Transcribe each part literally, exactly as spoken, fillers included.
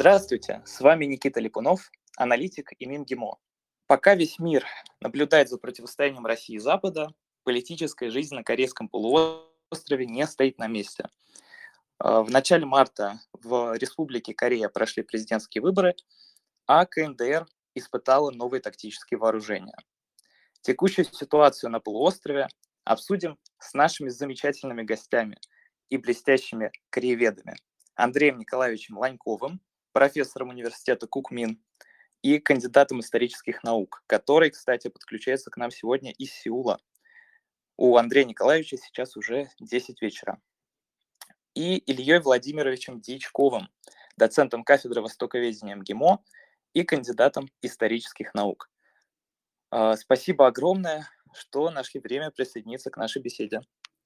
Здравствуйте, с вами Никита Липунов, аналитик и МинГИМО. Пока весь мир наблюдает за противостоянием России и Запада, политическая жизнь на Корейском полуострове не стоит на месте. Э, В начале марта в Республике Корея прошли президентские выборы, а КНДР испытала новые тактические вооружения. Текущую ситуацию на полуострове обсудим с нашими замечательными гостями и блестящими корееведами Андреем Николаевичем Ланьковым, профессором университета Кукмин и кандидатом исторических наук, который, кстати, подключается к нам сегодня из Сеула. У Андрея Николаевича сейчас уже десять вечера. И Ильей Владимировичем Дьячковым, доцентом кафедры востоковедения МГИМО и кандидатом исторических наук. Э, Спасибо огромное, что нашли время присоединиться к нашей беседе.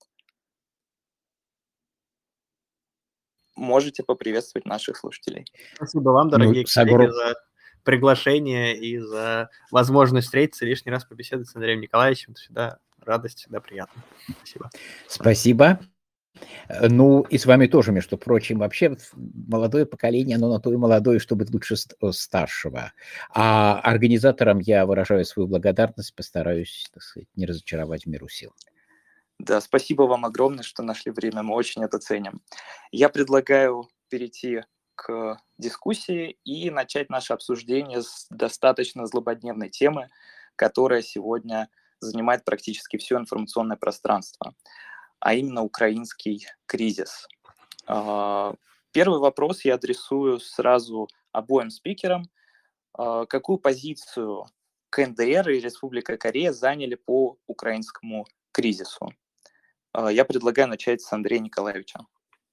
Можете поприветствовать наших слушателей. Спасибо вам, Ну, дорогие с коллеги, огром- за приглашение и за возможность встретиться, лишний раз побеседовать с Андреем Николаевичем. Это всегда радость, всегда приятно. Спасибо. Спасибо. Э, Ну, и с вами тоже, между прочим, вообще в- молодое поколение, оно на то и молодое, чтобы быть лучше ст- э, старшего. А организаторам я выражаю свою благодарность, постараюсь, так сказать, не разочаровать в меру сил. Да, спасибо вам огромное, что нашли время, мы очень это ценим. Я предлагаю перейти к дискуссии и начать наше обсуждение с достаточно злободневной темы, которая сегодня занимает практически все информационное пространство, а именно украинский кризис. А, Первый вопрос я адресую сразу обоим спикерам. А, Какую позицию КНДР и Республика Корея заняли по украинскому кризису? А, Я предлагаю начать с Андрея Николаевича.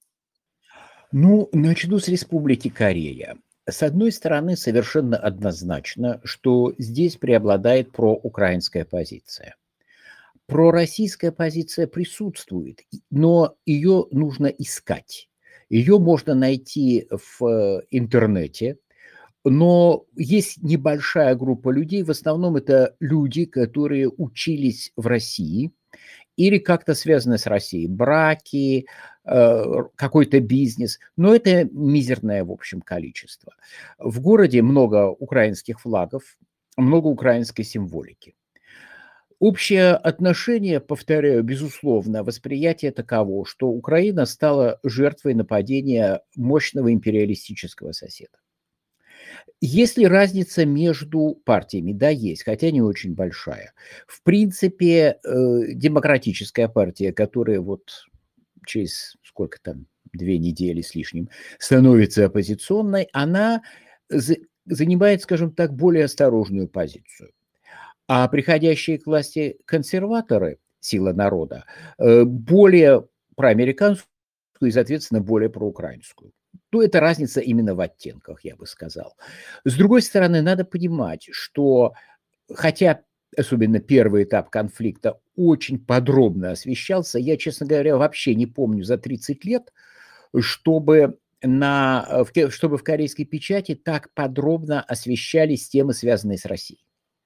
Ну, начну с Республики Корея. С одной стороны, совершенно однозначно, что здесь преобладает проукраинская позиция. Пророссийская позиция присутствует, и- но ее нужно искать. Ее можно найти в э, интернете, но есть небольшая группа людей, в основном это люди, которые учились в России или как-то связаны с Россией, браки, э, какой-то бизнес, но это мизерное, в общем, количество. В городе много украинских флагов, много украинской символики. Общее отношение, повторяю, безусловно, восприятие таково, что Украина стала жертвой нападения мощного империалистического соседа. Есть ли разница между партиями? Да, есть, хотя не очень большая. В принципе, э, демократическая партия, которая вот через сколько там, две недели с лишним, становится оппозиционной, она за- занимает, скажем так, более осторожную позицию. А приходящие к власти консерваторы, сила народа, э, более проамериканскую и, соответственно, более проукраинскую. Ну, это разница именно в оттенках, я бы сказал. С другой стороны, надо понимать, что хотя особенно первый этап конфликта очень подробно освещался, я, честно говоря, вообще не помню за тридцать лет, чтобы, на, в ке- чтобы в корейской печати так подробно освещались темы, связанные с Россией.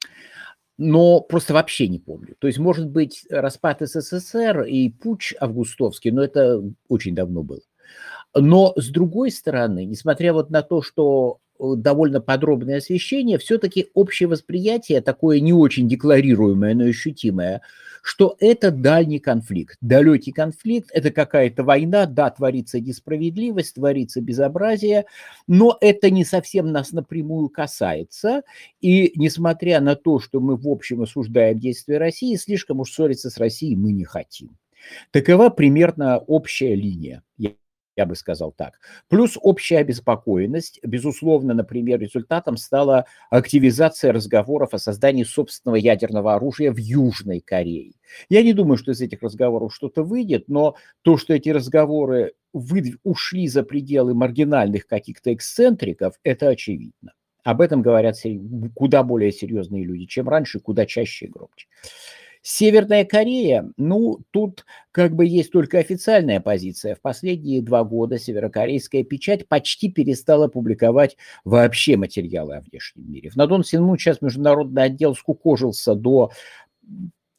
Но просто вообще не помню. То есть, может быть, распад СССР и путч августовский, но это очень давно было. Но, с другой стороны, несмотря вот на то, что э, довольно подробное освещение, все-таки общее восприятие, такое не очень декларируемое, но ощутимое, что это дальний конфликт. Далекий конфликт, это какая-то война, да, творится несправедливость, творится безобразие, но это не совсем нас напрямую касается. И несмотря на то, что мы в общем осуждаем действия России, слишком уж ссориться с Россией мы не хотим. Такова примерно общая линия, я, я бы сказал так. Плюс общая обеспокоенность. Безусловно, например, результатом стала активизация разговоров о создании собственного ядерного оружия в Южной Корее. Я не думаю, что из этих разговоров что-то выйдет, но то, что эти разговоры вы, ушли за пределы маргинальных каких-то эксцентриков, это очевидно. Об этом говорят куда более серьезные люди, чем раньше, куда чаще и громче. Северная Корея, ну, тут как бы есть только официальная позиция. В последние два года северокорейская печать почти перестала публиковать вообще материалы о внешнем мире. В Надон Синму сейчас международный отдел скукожился до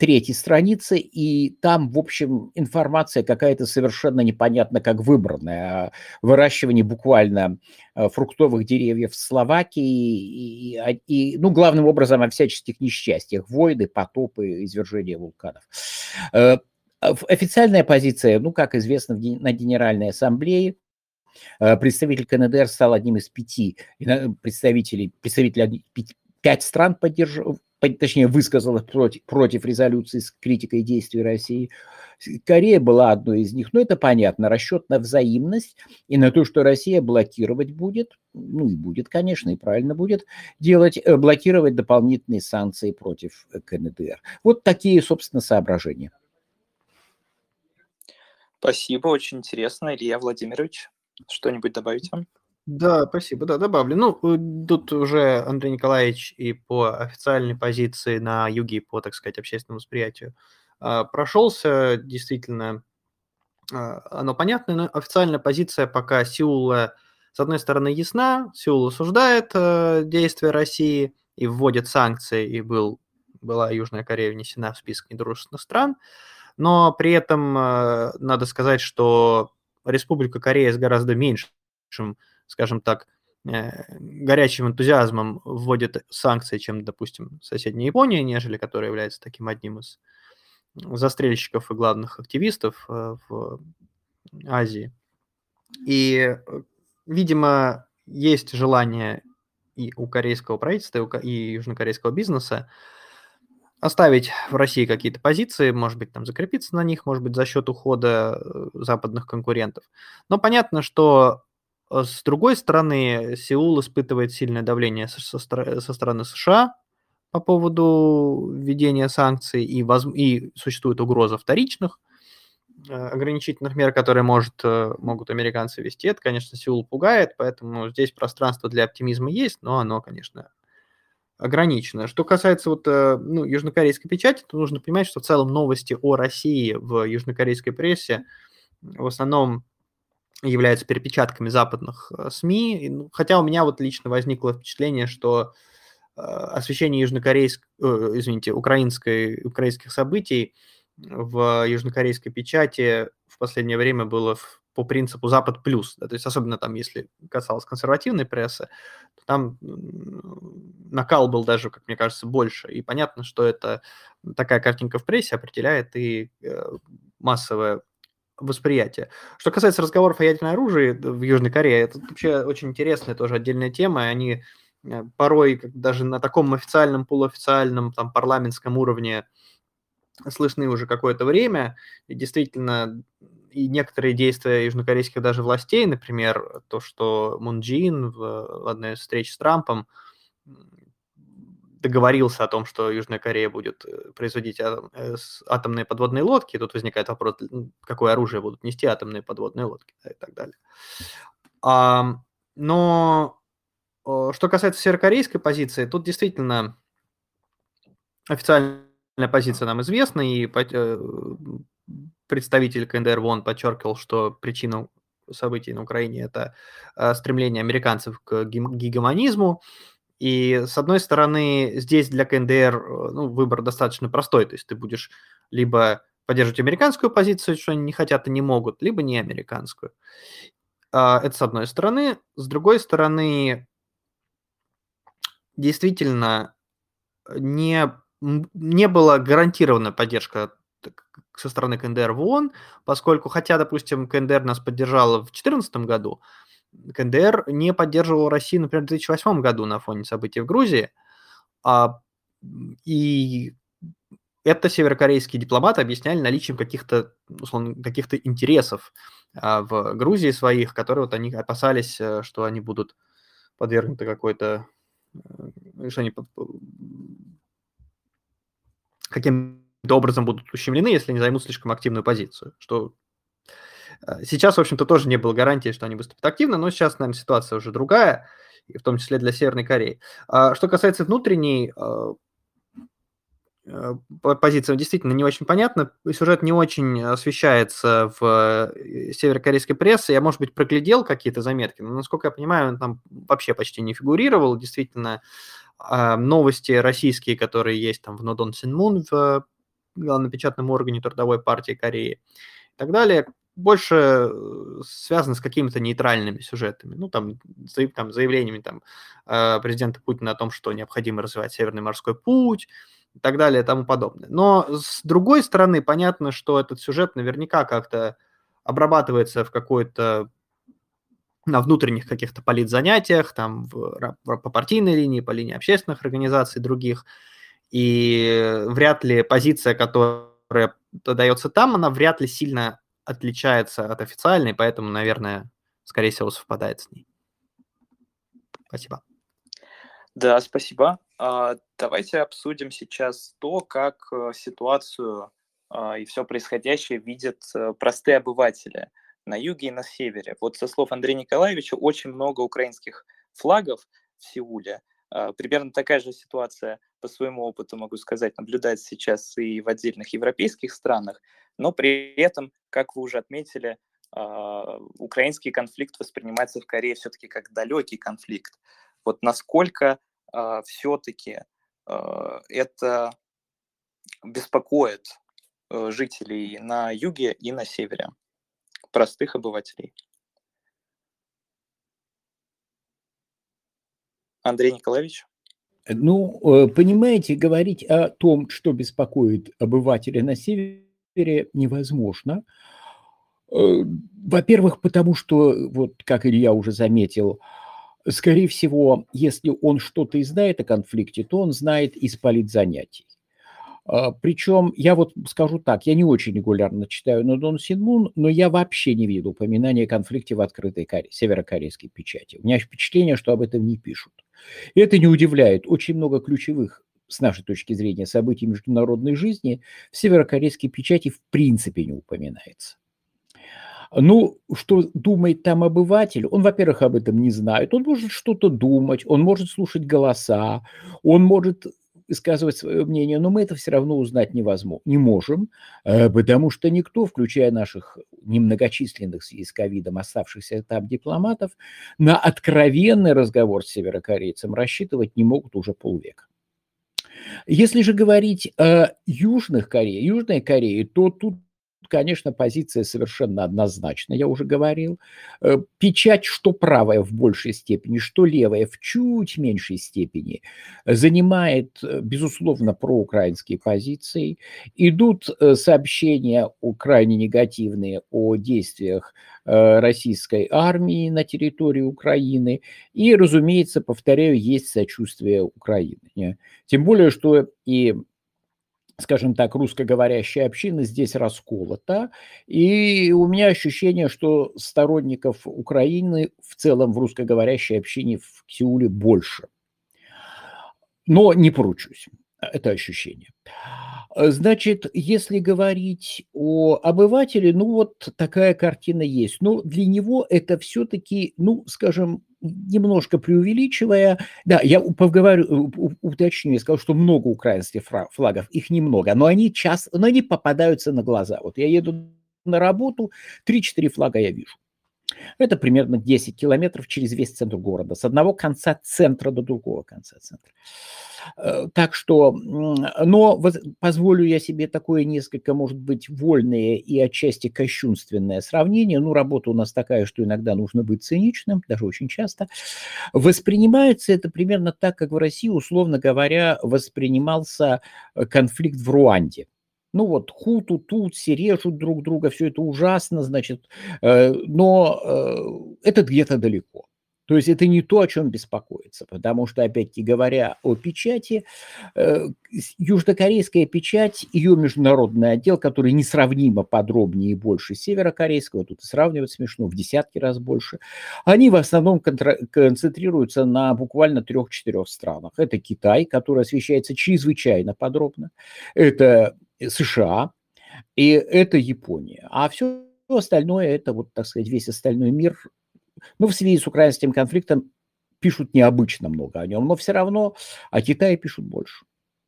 третьей странице, и там, в общем, информация какая-то совершенно непонятно как выбранная. О выращивании буквально фруктовых деревьев в Словакии и, и, и ну, главным образом о всяческих несчастьях, войны, потопы, извержения вулканов. Официальная позиция, ну, как известно, на Генеральной Ассамблее, представитель КНДР стал одним из пяти представителей, представителей пять стран поддержал, точнее, высказала против, против резолюции с критикой действий России. Корея была одной из них, но это понятно, расчет на взаимность и на то, что Россия блокировать будет, ну и будет, конечно, и правильно будет делать, блокировать дополнительные санкции против КНДР. Вот такие, собственно, соображения. Спасибо, очень интересно. Илья Владимирович, что-нибудь добавить вам? Да, спасибо, да, добавлю. Ну, тут уже Андрей Николаевич и по официальной позиции на юге, и по, так сказать, общественному восприятию прошелся. Действительно, оно понятно, но официальная позиция пока Сеула, с одной стороны, ясна. Сеул осуждает действия России и вводит санкции, и был, была Южная Корея внесена в список недружественных стран. Но при этом надо сказать, что Республика Корея с гораздо меньшим, скажем так, горячим энтузиазмом вводит санкции, чем, допустим, соседняя Япония, нежели которая является таким одним из застрельщиков и главных активистов в Азии. И, видимо, есть желание и у корейского правительства, и южнокорейского бизнеса оставить в России какие-то позиции, может быть, там закрепиться на них, может быть, за счет ухода западных конкурентов. Но понятно, что с другой стороны, Сеул испытывает сильное давление со, со стороны США по поводу введения санкций, и, воз... и существует угроза вторичных ограничительных мер, которые может, могут американцы ввести. Это, конечно, Сеул пугает, поэтому здесь пространство для оптимизма есть, но оно, конечно, ограничено. Что касается вот, ну, южнокорейской печати, то нужно понимать, что в целом новости о России в южнокорейской прессе в основном являются перепечатками западных СМИ, хотя у меня вот лично возникло впечатление, что освещение южнокорейской, извините, украинской, украинских событий в южнокорейской печати в последнее время было в, по принципу Запад плюс, да, то есть особенно там, если касалось консервативной прессы, то там накал был даже, как мне кажется, больше, и понятно, что это такая картинка в прессе определяет и массовое восприятие. Что касается разговоров о ядерном оружии в Южной Корее, это вообще очень интересная тоже отдельная тема, и они порой даже на таком официальном, полуофициальном, там, парламентском уровне слышны уже какое-то время, и действительно, и некоторые действия южнокорейских даже властей, например, то, что Мун Чжэ Ин в одной из встреч с Трампом договорился о том, что Южная Корея будет производить атомные подводные лодки, тут возникает вопрос, какое оружие будут нести атомные подводные лодки, да, и так далее. А, но что касается северокорейской позиции, тут действительно официальная позиция нам известна, и представитель КНДР ВОН подчеркивал, что причина событий на Украине – это стремление американцев к гегемонизму. И, с одной стороны, здесь для КНДР ну, выбор достаточно простой, то есть ты будешь либо поддерживать американскую позицию, что они не хотят и не могут, либо не американскую. Это с одной стороны. С другой стороны, действительно, не, не была гарантирована поддержка со стороны КНДР в ООН, поскольку, хотя, допустим, КНДР нас поддержала в две тысячи четырнадцатом году, КНДР не поддерживал Россию, например, в две тысячи восьмом году на фоне событий в Грузии, а, и это северокорейские дипломаты объясняли наличием каких-то, условно, каких-то интересов а, в Грузии своих, которые вот они опасались, что они будут подвергнуты какой-то, что они каким-то образом будут ущемлены, если они займут слишком активную позицию, что сейчас, в общем-то, тоже не было гарантии, что они выступят активно, но сейчас, наверное, ситуация уже другая, в том числе для Северной Кореи. Что касается внутренней позиции, действительно не очень понятно. Сюжет не очень освещается в северокорейской прессе. Я, может быть, проглядел какие-то заметки, но, насколько я понимаю, он там вообще почти не фигурировал. Действительно, новости российские, которые есть там в Нодон Синмун в главном печатном органе Трудовой партии Кореи и так далее, больше связано с какими-то нейтральными сюжетами, ну, там, заяв, там заявлениями там, президента Путина о том, что необходимо развивать Северный морской путь и так далее и тому подобное. Но с другой стороны, понятно, что этот сюжет наверняка как-то обрабатывается в какой-то на внутренних каких-то политзанятиях, там, в, в, по партийной линии, по линии общественных организаций других, и вряд ли позиция, которая дается там, она вряд ли сильно отличается от официальной, поэтому, наверное, скорее всего, совпадает с ней. Спасибо. Да, спасибо. Давайте обсудим сейчас то, как ситуацию и все происходящее видят простые обыватели на юге и на севере. Вот со слов Андрея Николаевича, очень много украинских флагов в Сеуле. Примерно такая же ситуация, по своему опыту могу сказать, наблюдается сейчас и в отдельных европейских странах, но при этом, как вы уже отметили, украинский конфликт воспринимается в Корее все-таки как далекий конфликт. Вот насколько все-таки это беспокоит жителей на юге и на севере, простых обывателей. Андрей Николаевич? Ну, понимаете, говорить о том, что беспокоит обывателя на севере, невозможно. Во-первых, потому что, вот как Илья уже заметил, скорее всего, если он что-то и знает о конфликте, то он знает из политзанятий. Причем, я вот скажу так, я не очень регулярно читаю Нодон Синмун, но я вообще не видел упоминания о конфликте в открытой коре, северокорейской печати. У меня впечатление, что об этом не пишут. И это не удивляет. Очень много ключевых, с нашей точки зрения, событий международной жизни в северокорейской печати в принципе не упоминается. Ну, что думает там обыватель? Он, во-первых, об этом не знает. Он может что-то думать, он может слушать голоса, он может высказывать свое мнение, но мы это все равно узнать невозможно, не можем, потому что никто, включая наших немногочисленных в связи с ковидом оставшихся там дипломатов, на откровенный разговор с северокорейцем рассчитывать не могут уже полвека. Если же говорить о Южных Корее, Южной Корее, то тут, конечно, позиция совершенно однозначна, я уже говорил. Печать, что правая в большей степени, что левая в чуть меньшей степени, занимает, безусловно, проукраинские позиции. Идут сообщения крайне негативные о действиях российской армии на территории Украины. И, разумеется, повторяю, есть сочувствие Украины. Тем более, что и, скажем так, русскоговорящая община здесь расколота, и у меня ощущение, что сторонников Украины в целом в русскоговорящей общине в Сеуле больше. Но не поручусь, это ощущение. Значит, если говорить о обывателе, ну вот такая картина есть. Но для него это все-таки, ну, скажем, немножко преувеличивая, да, я поговорю, уточню, я сказал, что много украинских флагов, их немного, но они часто, но они попадаются на глаза. Вот я еду на работу, три-четыре флага я вижу. Это примерно десять километров через весь центр города, с одного конца центра до другого конца центра. Так что, но позволю я себе такое несколько, может быть, вольное и отчасти кощунственное сравнение. Ну, работа у нас такая, что иногда нужно быть циничным, даже очень часто. Воспринимается это примерно так, как в России, условно говоря, воспринимался конфликт в Руанде. Ну вот, хуту, тутси режут друг друга, все это ужасно, значит, но это где-то далеко. То есть это не то, о чем беспокоиться, потому что, опять-таки, говоря о печати, южнокорейская печать, ее международный отдел, который несравнимо подробнее и больше северокорейского, тут и сравнивать смешно, в десятки раз больше, они в основном концентрируются на буквально трех-четырех странах. Это Китай, который освещается чрезвычайно подробно, это США и это Япония. А все остальное, это, вот, так сказать, весь остальной мир. Ну, в связи с украинским конфликтом пишут необычно много о нем, но все равно о Китае пишут больше.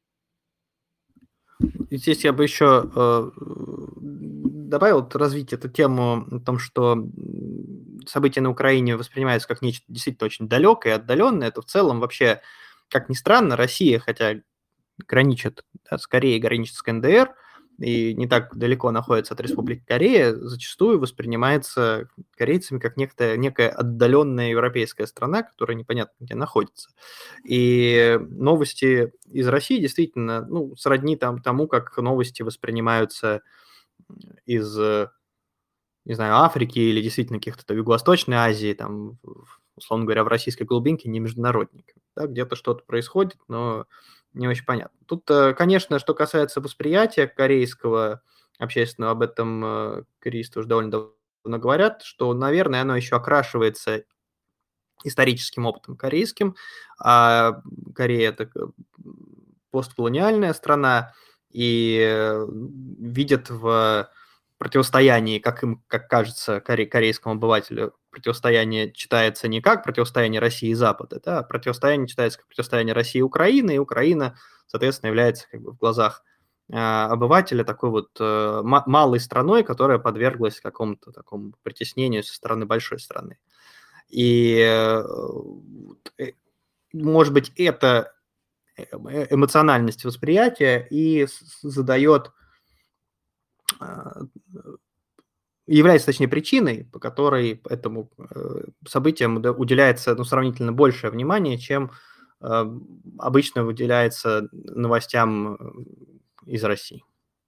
Здесь я бы еще э, добавил вот, развить эту тему о том, что события на Украине воспринимаются как нечто действительно очень далекое и отдаленное. Это в целом вообще, как ни странно, Россия, хотя граничит, да, скорее граничит с КНДР, и не так далеко находится от Республики Корея, зачастую воспринимается корейцами как некая, некая отдаленная европейская страна, которая непонятно где находится. И новости из России действительно, ну, сродни там, тому, как новости воспринимаются из, не знаю, Африки или действительно каких-то там Юго-Восточной Азии, там, условно говоря, в российской глубинке не международник. Да, где-то что-то происходит, но не очень понятно. Тут, конечно, что касается восприятия корейского общественного, об этом корейцы уже довольно давно говорят, что, наверное, оно еще окрашивается историческим опытом корейским. А Корея – это постколониальная страна, и видят в противостоянии, как им, как кажется, коре- корейскому обывателю, противостояние читается не как противостояние России и Запада, да, а противостояние читается как противостояние России и Украины, и Украина, соответственно, является как бы в глазах э, обывателя такой вот э, малой страной, которая подверглась какому-то такому притеснению со стороны большой страны. И, э, может быть, это эмоциональность восприятия и задает... является, точнее, причиной, по которой этому событиям уделяется ну, сравнительно большее внимание, чем э, обычно уделяется новостям из России.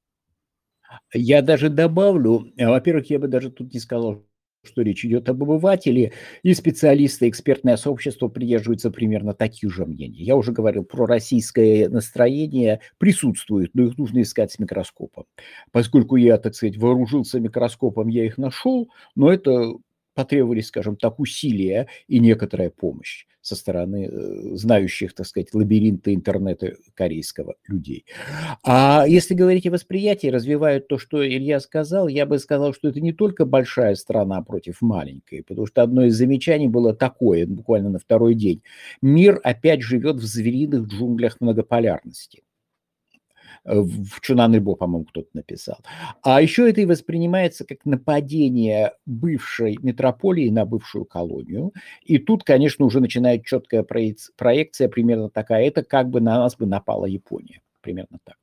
Я даже добавлю, во-первых, я бы даже тут не сказал, что речь идет об обывателе, и специалисты, экспертное сообщество придерживаются примерно таких же мнений. Я уже говорил, пророссийское настроение присутствует, но их нужно искать с микроскопом. Поскольку я, так сказать, вооружился микроскопом, я их нашел, но это потребовались, скажем так, усилия и некоторая помощь со стороны знающих, так сказать, лабиринта интернета корейского людей. А если говорить о восприятии, развивают то, что Илья сказал, я бы сказал, что это не только большая страна против маленькой, потому что одно из замечаний было такое, буквально на второй день. Мир опять живет в звериных джунглях многополярности. В Чунан-Ильбо, по-моему, кто-то написал. А еще это и воспринимается как нападение бывшей метрополии на бывшую колонию. И тут, конечно, уже начинает четкая проекция примерно такая. Это как бы на нас бы напала Япония. Примерно так.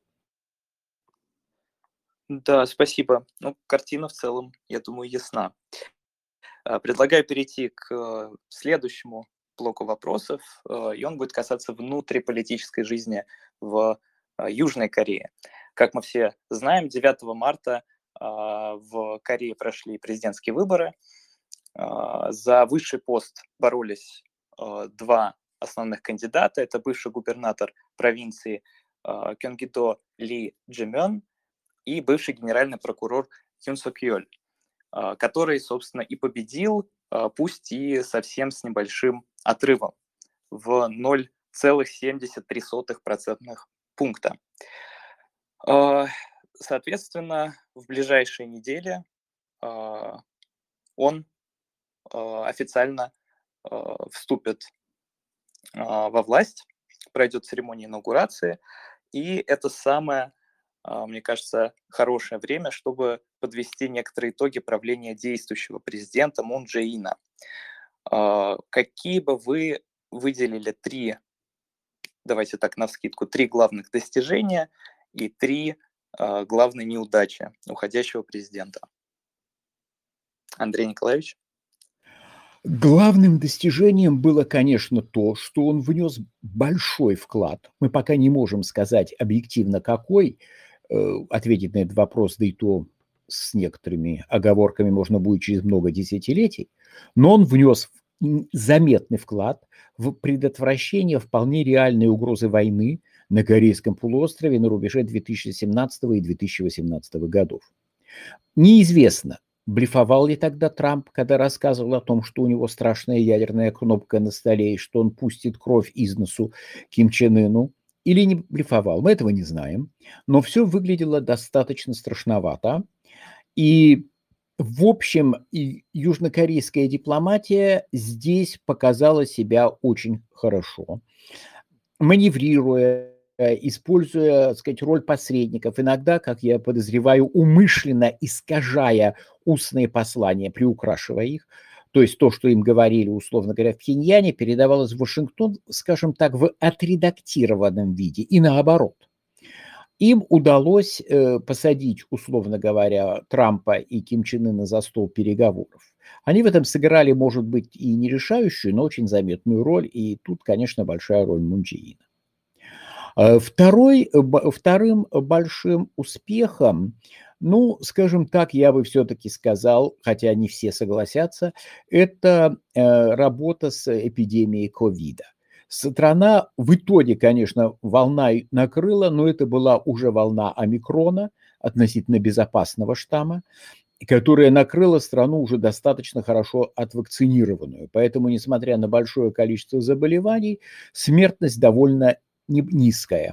Да, спасибо. Ну, картина в целом, я думаю, ясна. Предлагаю перейти к следующему блоку вопросов, и он будет касаться внутриполитической жизни в Южной Корее. Как мы все знаем, девятого марта в Корее прошли президентские выборы. За высший пост боролись два основных кандидата. Это бывший губернатор провинции Кёнгидо Ли Джимён и бывший генеральный прокурор Юн Сок Йоль, который, собственно, и победил, пусть и совсем с небольшим отрывом в ноль целых семьдесят три сотых процентных пункта. Соответственно, в ближайшие недели он официально вступит во власть, пройдет церемония инаугурации, и это самое, мне кажется, хорошее время, чтобы подвести некоторые итоги правления действующего президента Мун Чже Ина. Какие бы вы выделили три, давайте так навскидку, три главных достижения и три главные неудачи уходящего президента? Андрей Николаевич? Главным достижением было, конечно, то, что он внес большой вклад. Мы пока не можем сказать объективно какой, ответить на этот вопрос, да и то с некоторыми оговорками можно будет через много десятилетий, но он внес заметный вклад в предотвращение вполне реальной угрозы войны на Корейском полуострове на рубеже две тысячи семнадцатого и две тысячи восемнадцатого годов. Неизвестно, блефовал ли тогда Трамп, когда рассказывал о том, что у него страшная ядерная кнопка на столе и что он пустит кровь из носу Ким Чен Ыну, или не блефовал, мы этого не знаем, но все выглядело достаточно страшновато. И, в общем, и южнокорейская дипломатия здесь показала себя очень хорошо, маневрируя, используя, так сказать, роль посредников, иногда, как я подозреваю, умышленно искажая устные послания, приукрашивая их. То есть то, что им говорили, условно говоря, в Пхеньяне, передавалось в Вашингтон, скажем так, в отредактированном виде и наоборот. им удалось э, посадить, условно говоря, Трампа и Ким Чен Ына за стол переговоров. Они в этом сыграли, может быть, и не решающую, но очень заметную роль, и тут, конечно, большая роль Мун Чже Ина. Второй, вторым большим успехом, ну, скажем так, я бы все-таки сказал, хотя не все согласятся, это работа с эпидемией ковида. Страна в итоге, конечно, волной накрыла, но это была уже волна омикрона, относительно безопасного штамма, которая накрыла страну уже достаточно хорошо отвакцинированную. Поэтому, несмотря на большое количество заболеваний, смертность довольно низкая.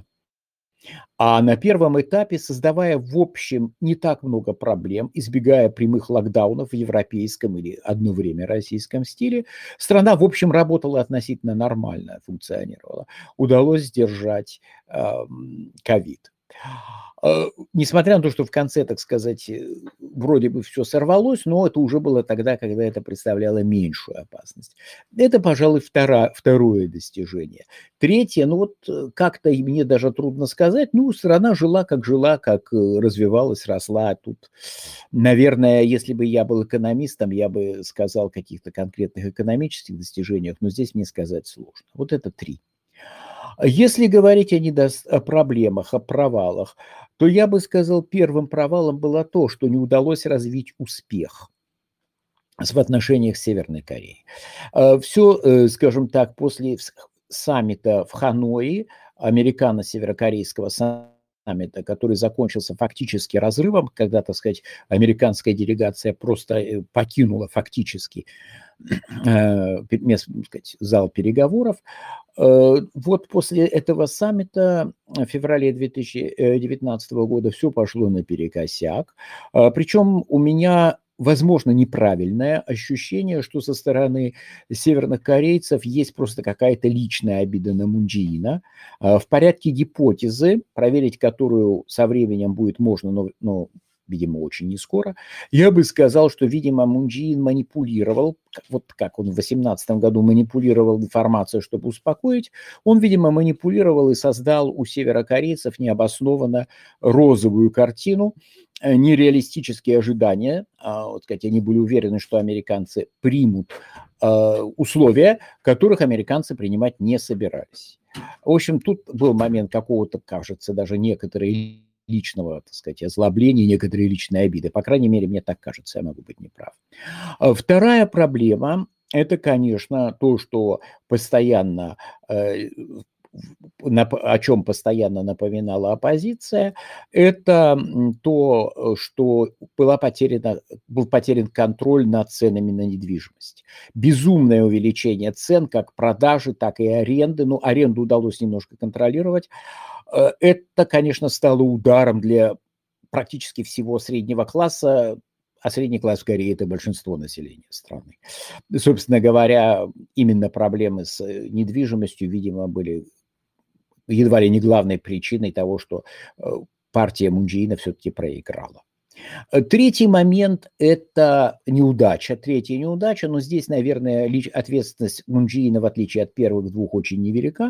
А на первом этапе, создавая в общем не так много проблем, избегая прямых локдаунов в европейском или одно время российском стиле, страна в общем работала относительно нормально, функционировала. Удалось сдержать ковид. Э, Несмотря на то, что в конце, так сказать, вроде бы все сорвалось, но это уже было тогда, когда это представляло меньшую опасность. Это, пожалуй, второе, второе достижение. Третье, ну вот как-то мне даже трудно сказать, ну, страна жила, как жила, как развивалась, росла. Тут, наверное, если бы я был экономистом, я бы сказал о каких-то конкретных экономических достижениях, но здесь мне сказать сложно. Вот это три. Если говорить о, недо... о проблемах, о провалах, то я бы сказал, первым провалом было то, что не удалось развить успех в отношениях с Северной Кореей. Все, скажем так, после саммита в Ханое, американо-северокорейского саммита, который закончился фактически разрывом, когда, так сказать, американская делегация просто покинула фактически место, так сказать, зал переговоров. Вот после этого саммита в феврале две тысячи девятнадцатого года все пошло наперекосяк. Причем у меня, возможно, неправильное ощущение, что со стороны северных корейцев есть просто какая-то личная обида на Мун Чже Ина. В порядке гипотезы, проверить которую со временем будет можно, но, но видимо, очень не скоро, я бы сказал, что, видимо, Мун Чже Ин манипулировал, вот как он в две тысячи восемнадцатом году манипулировал информацией, чтобы успокоить, он, видимо, манипулировал и создал у северокорейцев необоснованно розовую картину, нереалистические ожидания, вот, сказать, они были уверены, что американцы примут условия, которых американцы принимать не собирались. В общем, тут был момент какого-то, кажется, даже некоторые личного, так сказать, озлобления, некоторые личные обиды. По крайней мере, мне так кажется, я могу быть неправ. Вторая проблема – это, конечно, то, что постоянно, э, о чем постоянно напоминала оппозиция, это то, что была потеряна, был потерян контроль над ценами на недвижимость. Безумное увеличение цен, как продажи, так и аренды. Ну, аренду удалось немножко контролировать. Это, конечно, стало ударом для практически всего среднего класса, а средний класс в Корее – это большинство населения страны. Собственно говоря, именно проблемы с недвижимостью, видимо, были едва ли не главной причиной того, что партия Мун Чже Ина все-таки проиграла. Третий момент – это неудача. Третья неудача, но здесь, наверное, ответственность Мун Чже Ина, в отличие от первых двух, очень невелика.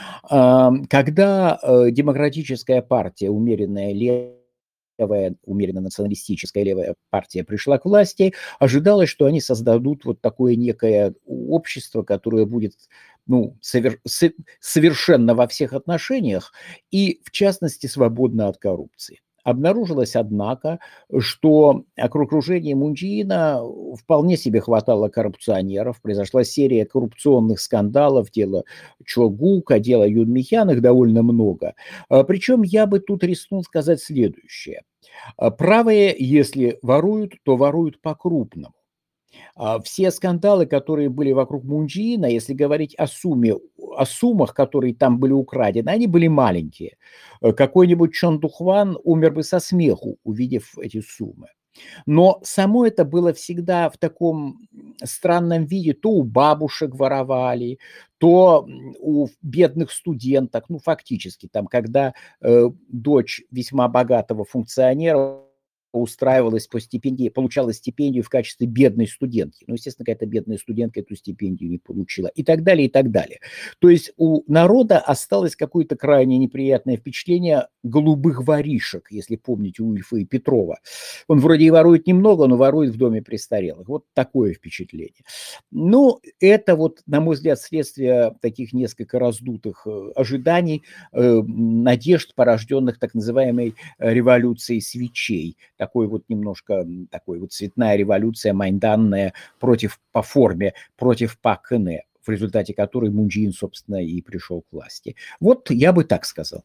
Когда демократическая партия, умеренная левая, умеренно националистическая левая партия пришла к власти, ожидалось, что они создадут вот такое некое общество, которое будет, ну, совер, совершенно во всех отношениях и, в частности, свободно от коррупции. Обнаружилось, однако, что окружение Мун Чже Ина вполне себе хватало коррупционеров. Произошла серия коррупционных скандалов, дело Чо Гука, дело Юн Михян, их довольно много. Причем я бы тут рискнул сказать следующее. Правые, если воруют, то воруют по-крупному. Все скандалы, которые были вокруг Мун Чже Ина, если говорить о сумме, о суммах, которые там были украдены, они были маленькие. Какой-нибудь Чон Дух Хван умер бы со смеху, увидев эти суммы. Но само это было всегда в таком странном виде. То у бабушек воровали, то у бедных студенток. Ну, фактически, там, когда э, дочь весьма богатого функционера устраивалась по стипендии, получала стипендию в качестве бедной студентки. Ну, естественно, какая-то бедная студентка эту стипендию не получила. И так далее, и так далее. То есть у народа осталось какое-то крайне неприятное впечатление голубых воришек, если помните Ульфа и Петрова. Он вроде и ворует немного, но ворует в доме престарелых. Вот такое впечатление. Ну, это вот, на мой взгляд, следствие таких несколько раздутых ожиданий, э, надежд, порожденных так называемой революцией свечей. Такой вот немножко, такой вот цветная революция майданная против, по форме, против Пак Кын Хе, в результате которой Мун Чжэ Ин, собственно, и пришел к власти. Вот я бы так сказал.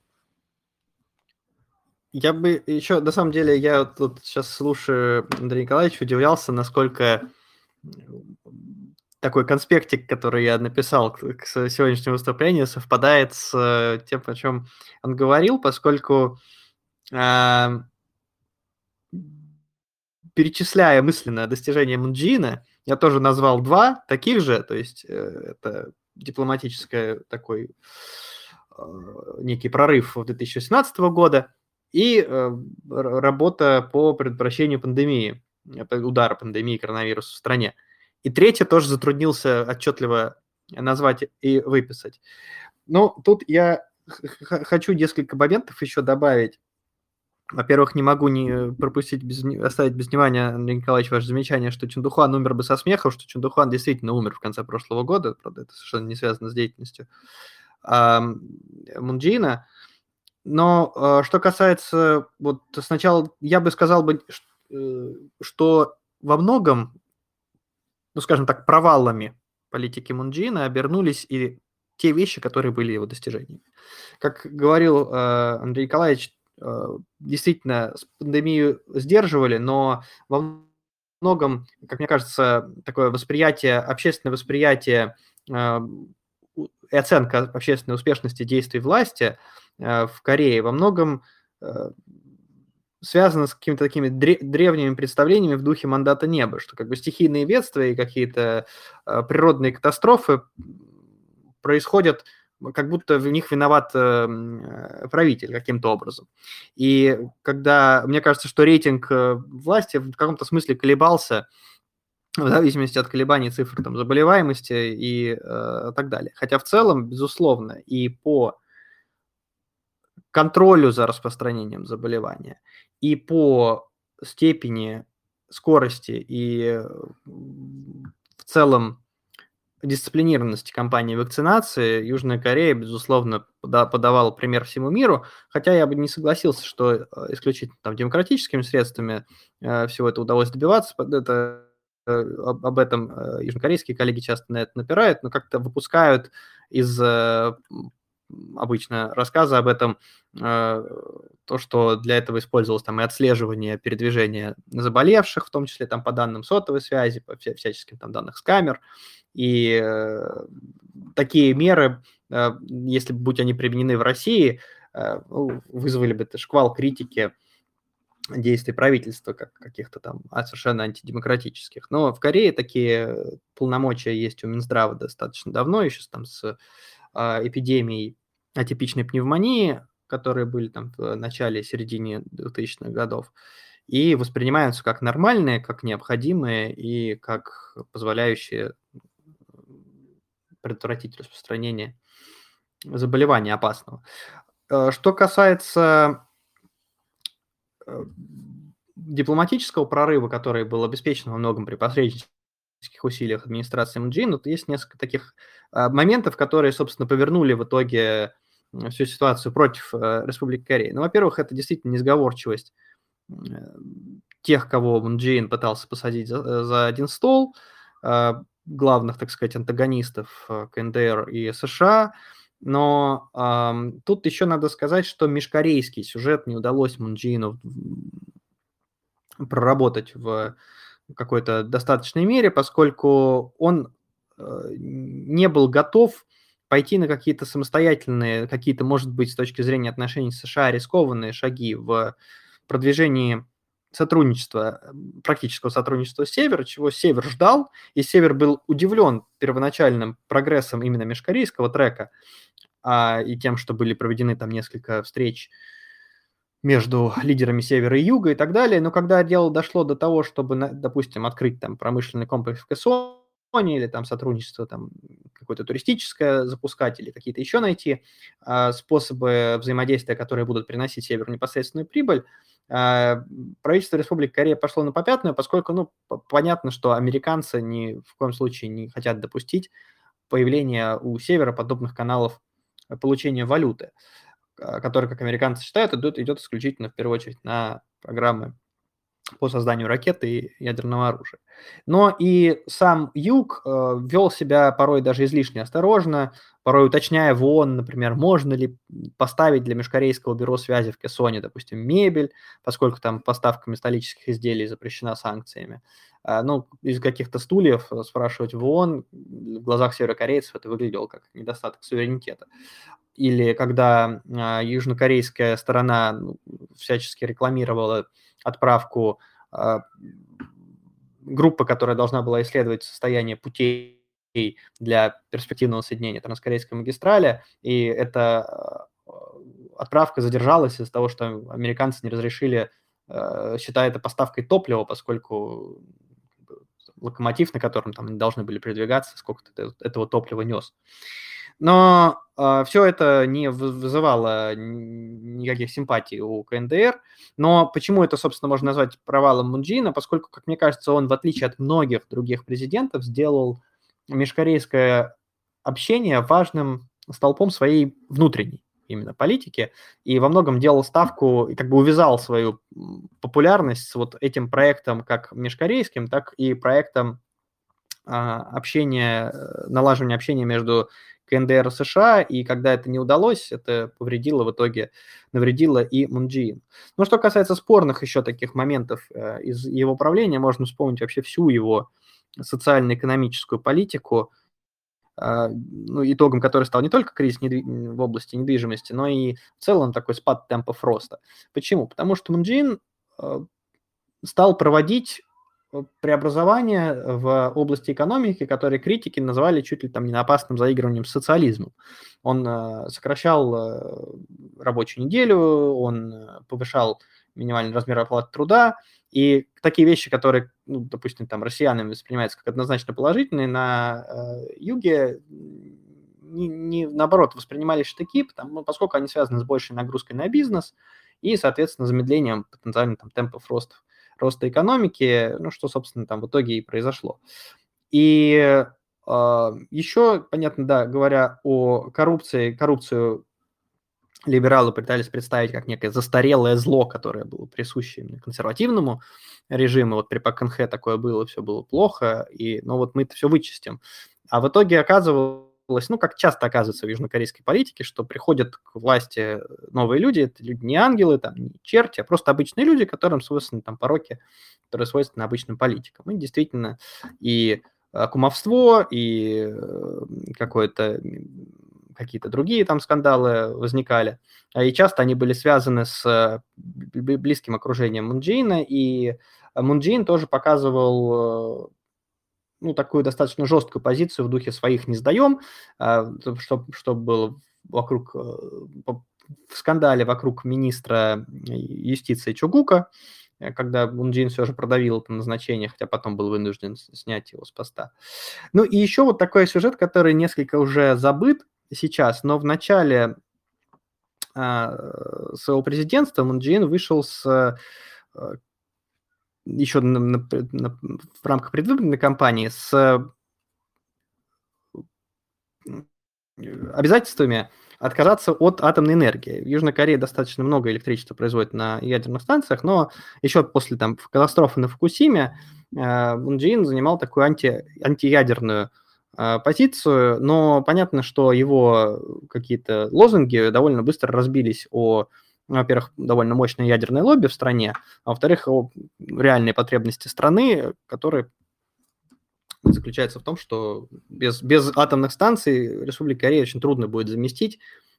Я бы еще, на самом деле, я вот тут сейчас слушаю Андрея Николаевича, удивлялся, насколько такой конспектик, который я написал к, к сегодняшнему выступлению, совпадает с тем, о чем он говорил, поскольку э, перечисляя мысленно достижения Мун Чжэ Ина, я тоже назвал два таких же, то есть э, это дипломатический такой э, некий прорыв две тысячи восемнадцатого года и э, работа по предотвращению пандемии, удара пандемии коронавируса в стране. И третье тоже затруднился отчетливо назвать и выписать. Но тут я х- хочу несколько моментов еще добавить. Во-первых, не могу не пропустить, без, оставить без внимания, Андрей Николаевич, ваше замечание, что Чондухан умер бы со смехом, что Чондухан действительно умер в конце прошлого года, правда, это совершенно не связано с деятельностью а, Мун Чжэ Ина. Но а, что касается, вот сначала я бы сказал бы, что во многом, ну, скажем так, провалами политики Мун Чжэ Ина обернулись и те вещи, которые были его достижениями. Как говорил э, Андрей Николаевич, э, действительно, пандемию сдерживали, но во многом, как мне кажется, такое восприятие, общественное восприятие э, и оценка общественной успешности действий власти э, в Корее во многом э, связано с какими-то такими древними представлениями в духе мандата неба, что как бы стихийные бедствия и какие-то э, природные катастрофы происходят, как будто в них виноват э, правитель каким-то образом. И когда, мне кажется, что рейтинг власти в каком-то смысле колебался в зависимости от колебаний цифр там, заболеваемости и э, так далее. Хотя в целом, безусловно, и по контролю за распространением заболевания, и по степени скорости и в целом дисциплинированности кампании вакцинации Южная Корея, безусловно, подавала пример всему миру, хотя я бы не согласился, что исключительно там, демократическими средствами э, всего это удалось добиваться. Это, э, об этом э, южнокорейские коллеги часто на это напирают, но как-то выпускают из э, обычно рассказа об этом э, то, что для этого использовалось там и отслеживание передвижения заболевших, в том числе там по данным сотовой связи, по вся, всяческим там данных с камер. И э, такие меры, э, если бы будь они применены в России, э, вызвали бы это шквал критики действий правительства, как каких-то там а, совершенно антидемократических. Но в Корее такие полномочия есть у Минздрава достаточно давно, еще там с э, эпидемией атипичной пневмонии, которые были там в начале, середине двухтысячных годов, и воспринимаются как нормальные, как необходимые и как позволяющие предотвратить распространение заболевания опасного. Что касается дипломатического прорыва, который был обеспечен во многом при посреднических усилиях администрации Мун Чжэ Ина, то есть несколько таких моментов, которые, собственно, повернули в итоге всю ситуацию против Республики Корея. Ну, во-первых, это действительно несговорчивость тех, кого Мун Чжэ Ин пытался посадить за, за один стол, главных, так сказать, антагонистов ка эн дэ эр и США, но э, тут еще надо сказать, что межкорейский сюжет не удалось Мун Чжэ Ину проработать в какой-то достаточной мере, поскольку он э, не был готов пойти на какие-то самостоятельные, какие-то, может быть, с точки зрения отношений с США, рискованные шаги в продвижении сотрудничества, практического сотрудничества с Севером, чего Север ждал, и Север был удивлен первоначальным прогрессом именно межкорейского трека а, и тем, что были проведены там несколько встреч между лидерами севера и юга и так далее. Но когда дело дошло до того, чтобы, допустим, открыть там промышленный комплекс в Кессоне или там сотрудничество там какое-то туристическое запускать или какие-то еще найти э, способы взаимодействия, которые будут приносить северу непосредственную прибыль, э, правительство Республики Корея пошло на попятную, поскольку, ну, понятно, что американцы ни в коем случае не хотят допустить появления у севера подобных каналов получения валюты, который, как американцы считают, идет, идет исключительно, в первую очередь, на программы по созданию ракет и ядерного оружия. Но и сам Юг э, вел себя порой даже излишне осторожно, порой уточняя в ООН, например, можно ли поставить для Межкорейского бюро связи в Кессоне, допустим, мебель, поскольку там поставка металлических изделий запрещена санкциями. А, ну, из каких-то стульев спрашивать в ООН, в глазах северокорейцев это выглядело как недостаток суверенитета. Или когда э, южнокорейская сторона ну, всячески рекламировала отправку э, группы, которая должна была исследовать состояние путей для перспективного соединения транскорейской магистрали, и эта э, отправка задержалась из-за того, что американцы не разрешили, э, считая это поставкой топлива, поскольку локомотив, на котором там должны были передвигаться, сколько-то этого топлива нес. Но э, все это не вызывало никаких симпатий у КНДР. Но почему это, собственно, можно назвать провалом Мун Чжэ Ина? Поскольку, как мне кажется, он, в отличие от многих других президентов, сделал межкорейское общение важным столпом своей внутренней именно политики, и во многом делал ставку, и как бы увязал свою популярность с вот этим проектом как межкорейским, так и проектом э, общения, налаживания общения между КНДР и США, и когда это не удалось, это повредило в итоге, навредило и Мун Чжэ Ин. Но что касается спорных еще таких моментов э, из его правления, можно вспомнить вообще всю его социально-экономическую политику, э, ну, итогом которой стал не только кризис недвиж... в области недвижимости, но и в целом такой спад темпов роста. Почему? Потому что Мун Чжэ Ин э, стал проводить преобразования в области экономики, которые критики назвали чуть ли там не опасным заигрыванием с социализмом. Он э, сокращал э, рабочую неделю, он э, повышал минимальный размер оплаты труда, и такие вещи, которые, ну, допустим, там россиянами воспринимаются как однозначно положительные, на э, юге не, не, наоборот воспринимались штыки, потому, поскольку они связаны с большей нагрузкой на бизнес и, соответственно, замедлением потенциально там, темпов роста роста экономики, ну, что, собственно, там в итоге и произошло. И э, еще, понятно, да, говоря о коррупции, коррупцию либералы пытались представить как некое застарелое зло, которое было присуще именно консервативному режиму. Вот при Пак Кын Хэ такое было, все было плохо, и, ну, вот мы это все вычистим. А в итоге оказывалось, ну, как часто оказывается в южнокорейской политике, что приходят к власти новые люди, это люди не ангелы, там, не черти, а просто обычные люди, которым свойственны там пороки, которые свойственны обычным политикам. И действительно и кумовство, и какое-то какие-то другие там скандалы возникали. И часто они были связаны с близким окружением Мун Чжэ Ина, и Мун Чжэ Ин тоже показывал ну, такую достаточно жесткую позицию в духе своих не сдаем, чтобы, чтобы было вокруг, в скандале вокруг министра юстиции Чогука, когда Мун Чжэ Ин все же продавил это назначение, хотя потом был вынужден снять его с поста. Ну и еще вот такой сюжет, который несколько уже забыт сейчас, но в начале своего президентства Мун Чжэ Ин вышел с еще на, на, на, в рамках предвыборной кампании с обязательствами отказаться от атомной энергии. В Южной Корее достаточно много электричества производят на ядерных станциях, но еще после там, катастрофы на Фукусиме э, Мун Чжэ Ин занимал такую анти, антиядерную э, позицию, но понятно, что его какие-то лозунги довольно быстро разбились о во-первых, довольно мощное ядерное лобби в стране, а во-вторых, реальные потребности страны, которые заключаются в том, что без, без атомных станций Республике Корея очень трудно будет заместить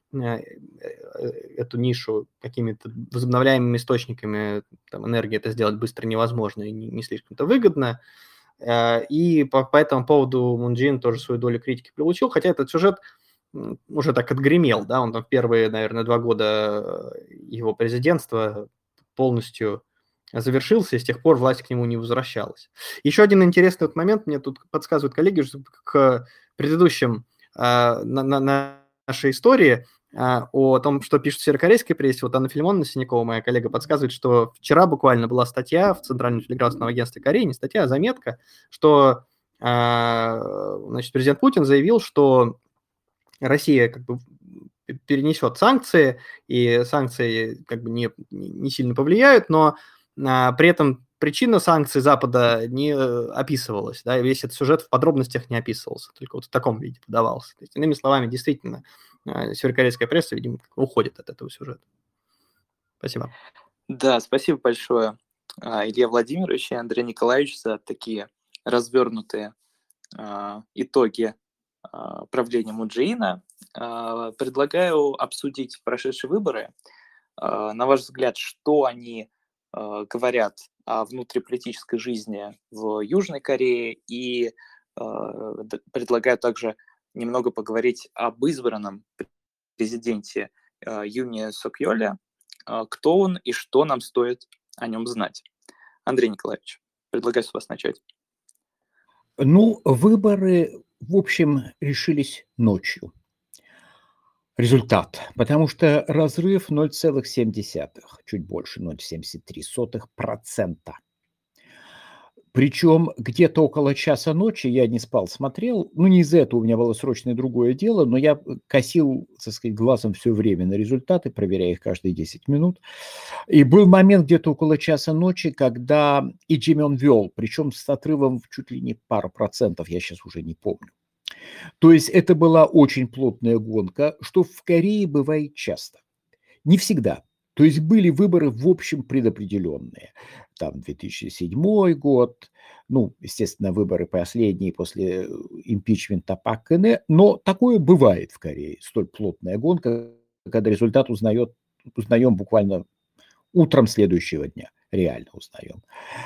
эту нишу какими-то возобновляемыми источниками там, энергии. Это сделать быстро невозможно и не, не слишком-то выгодно. И по, по этому поводу Мун Чжэ Ин тоже свою долю критики получил, хотя этот сюжет уже так отгремел, да, он там первые, наверное, два года его президентства полностью завершился, и с тех пор власть к нему не возвращалась. Еще один интересный вот момент, мне тут подсказывают коллеги, что к предыдущим на, на нашей истории о том, что пишут в северокорейской прессе, вот Анна Филимоновна Синякова, моя коллега, подсказывает, что вчера буквально была статья в Центральном телеграфном агентстве Кореи, не статья, а заметка, что значит, президент Путин заявил, что Россия как бы перенесет санкции, и санкции как бы не, не сильно повлияют, но а, при этом причина санкций Запада не описывалась, да, и весь этот сюжет в подробностях не описывался, только вот в таком виде подавался. То есть, иными словами, действительно, северокорейская пресса, видимо, уходит от этого сюжета. Спасибо. Да, спасибо большое, Илья Владимирович и Андрей Николаевич, за такие развернутые э, итоги э, правления Мун Чжэ Ина. Э, предлагаю обсудить прошедшие выборы. Э, на ваш взгляд, что они э, говорят о внутриполитической жизни в Южной Корее, и э, предлагаю также немного поговорить об избранном президенте э, Юне Сок-Йоле, э, кто он и что нам стоит о нем знать. Андрей Николаевич, предлагаю с вас начать. Ну, выборы, в общем, решились ночью. Результат, потому что разрыв ноль целых семь десятых, чуть больше, ноль целых семьдесят три сотых процента. Причем где-то около часа ночи, я не спал, смотрел, ну не из-за этого у меня было срочное другое дело, но я косил, так сказать, глазом все время на результаты, проверяя их каждые десять минут. И был момент где-то около часа ночи, когда И Джи Мён вел, причем с отрывом в чуть ли не пару процентов, я сейчас уже не помню. То есть это была очень плотная гонка, что в Корее бывает часто. Не всегда. То есть были выборы, в общем, предопределенные. Там две тысячи седьмой год, ну, естественно, выборы последние после импичмента Пак Кын Хе, но такое бывает в Корее, столь плотная гонка, когда результат узнает, узнаем буквально утром следующего дня, реально узнаем.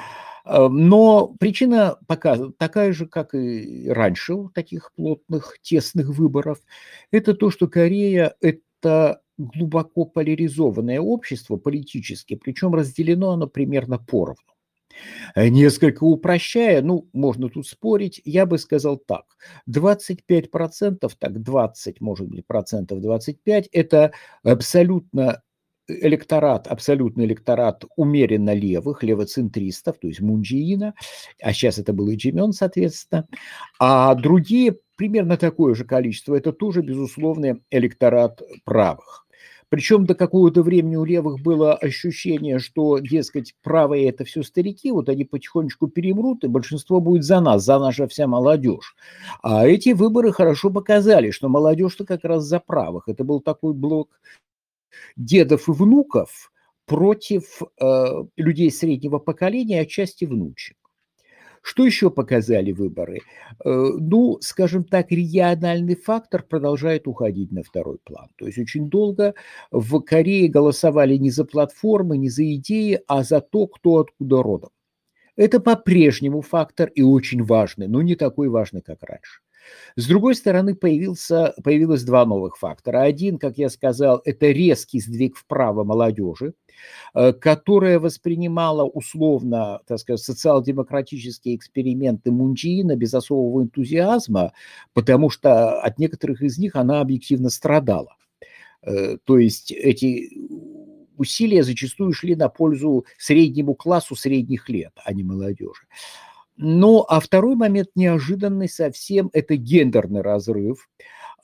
Но причина пока такая же, как и раньше у таких плотных, тесных выборов. Это то, что Корея – это глубоко поляризованное общество политически, причем разделено оно примерно поровну. Несколько упрощая, ну, можно тут спорить, я бы сказал так. двадцать пять процентов, так двадцать, может быть, процентов двадцать пять – это абсолютно электорат, абсолютный электорат умеренно левых, левоцентристов, то есть Мун Чжэ Ина, а сейчас это был И Джи Мён, соответственно, а другие примерно такое же количество, это тоже, безусловно, электорат правых. Причем до какого-то времени у левых было ощущение, что, дескать, правые это все старики, вот они потихонечку перемрут, и большинство будет за нас, за наша вся молодежь. А эти выборы хорошо показали, что молодежь-то как раз за правых. Это был такой блок дедов и внуков против э, людей среднего поколения, отчасти внучек. Что еще показали выборы? Э, ну, скажем так, региональный фактор продолжает уходить на второй план. То есть очень долго в Корее голосовали не за платформы, не за идеи, а за то, кто откуда родом. Это по-прежнему фактор и очень важный, но не такой важный, как раньше. С другой стороны, появился, появилось два новых фактора. Один, как я сказал, это резкий сдвиг вправо молодежи, которая воспринимала условно, так сказать, социал-демократические эксперименты Мун Чжэ Ина без особого энтузиазма, потому что от некоторых из них она объективно страдала. То есть эти усилия зачастую шли на пользу среднему классу средних лет, а не молодежи. Ну, а второй момент неожиданный совсем – это гендерный разрыв.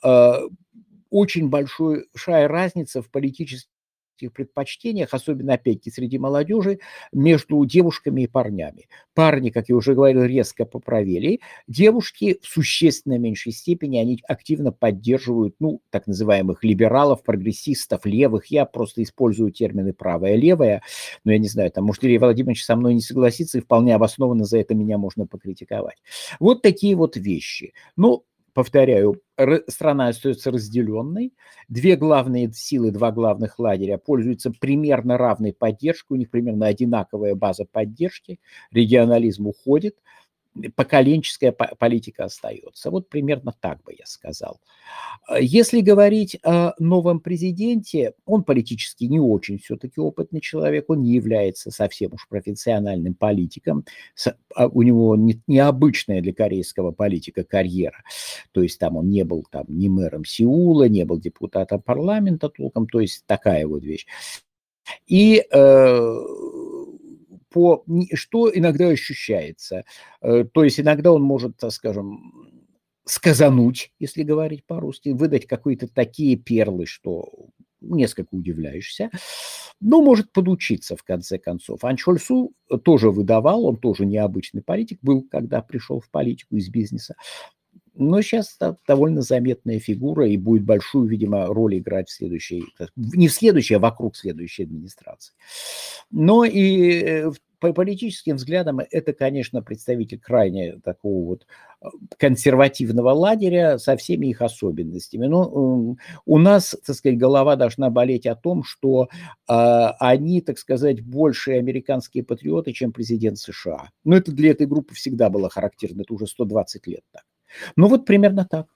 Очень большая разница в политических предпочтениях, особенно, опять-таки, среди молодежи, между девушками и парнями. Парни, как я уже говорил, резко поправили. Девушки в существенно меньшей степени, они активно поддерживают, ну, так называемых либералов, прогрессистов, левых. Я просто использую термины правое, левое. Но я не знаю, там, может, Илья Владимирович со мной не согласится, и вполне обоснованно за это меня можно покритиковать. Вот такие вот вещи. Ну, повторяю, страна остается разделенной. Две главные силы, два главных лагеря пользуются примерно равной поддержкой. У них примерно одинаковая база поддержки. Регионализм уходит. поколенческая политика остается. Вот примерно так бы я сказал. Если говорить о новом президенте, он политически не очень все-таки опытный человек, он не является совсем уж профессиональным политиком, у него не, необычная для корейского политика карьера, то есть там он не был там ни мэром Сеула, не был депутатом парламента толком, то есть такая вот вещь. И э, по, что иногда ощущается, э, то есть иногда он может, так скажем, сказануть, если говорить по-русски, выдать какие-то такие перлы, что несколько удивляешься, но может подучиться в конце концов. Ан Чхоль Су тоже выдавал, он тоже необычный политик был, когда пришел в политику из бизнеса, но сейчас довольно заметная фигура и будет большую, видимо, роль играть в следующей, не в следующей, а вокруг следующей администрации. Но и по политическим взглядам это, конечно, представитель крайне такого вот консервативного лагеря со всеми их особенностями. Но у нас, так сказать, голова должна болеть о том, что э, они, так сказать, больше американские патриоты, чем президент США. Но это для этой группы всегда было характерно, это уже сто двадцать лет так. Ну вот примерно так.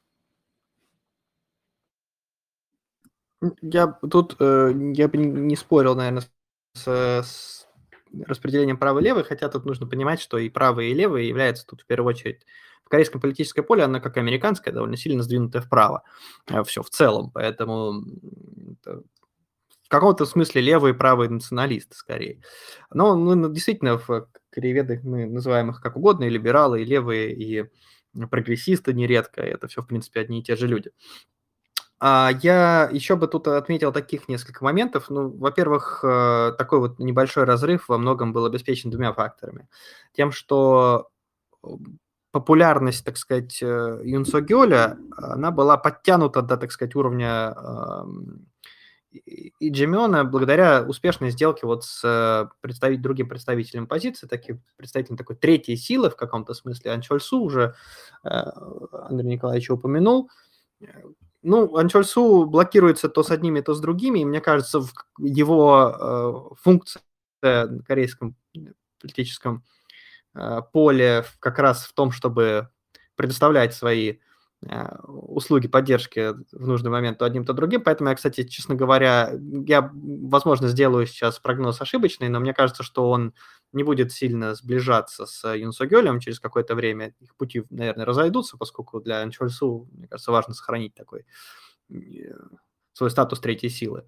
Я тут э, я бы не спорил, наверное, с, с распределением правой и левой, хотя тут нужно понимать, что и правые, и левые являются тут в первую очередь в корейском политическое поле, оно как американское, довольно сильно сдвинутое вправо. Все в целом, поэтому в каком-то смысле левые и правые националисты скорее. Но ну, действительно в корееведах мы называем их как угодно, и либералы, и левые, и прогрессисты нередко, это все в принципе одни и те же люди. Я еще бы тут отметил таких несколько моментов. Ну, во-первых, такой вот небольшой разрыв во многом был обеспечен двумя факторами. Тем, что популярность, так сказать, Юн Сок Гёля, она была подтянута до, так сказать, уровня И Джи-мёна благодаря успешной сделке вот с представитель, другим представителем оппозиции, таким представителем такой третьей силы в каком-то смысле. Ан Чхоль Су уже Андрей Николаевич упомянул. Ну, Ан Чхоль Су блокируется то с одними, то с другими, и мне кажется, в его э, функция в корейском политическом э, поле как раз в том, чтобы предоставлять свои э, услуги поддержки в нужный момент то одним, то другим. Поэтому я, кстати, честно говоря, я, возможно, сделаю сейчас прогноз ошибочный, но мне кажется, что он не будет сильно сближаться с Юн Сок Гёлем через какое-то время. Их пути, наверное, разойдутся, поскольку для Ан Чхоль Су, мне кажется, важно сохранить такой свой статус третьей силы.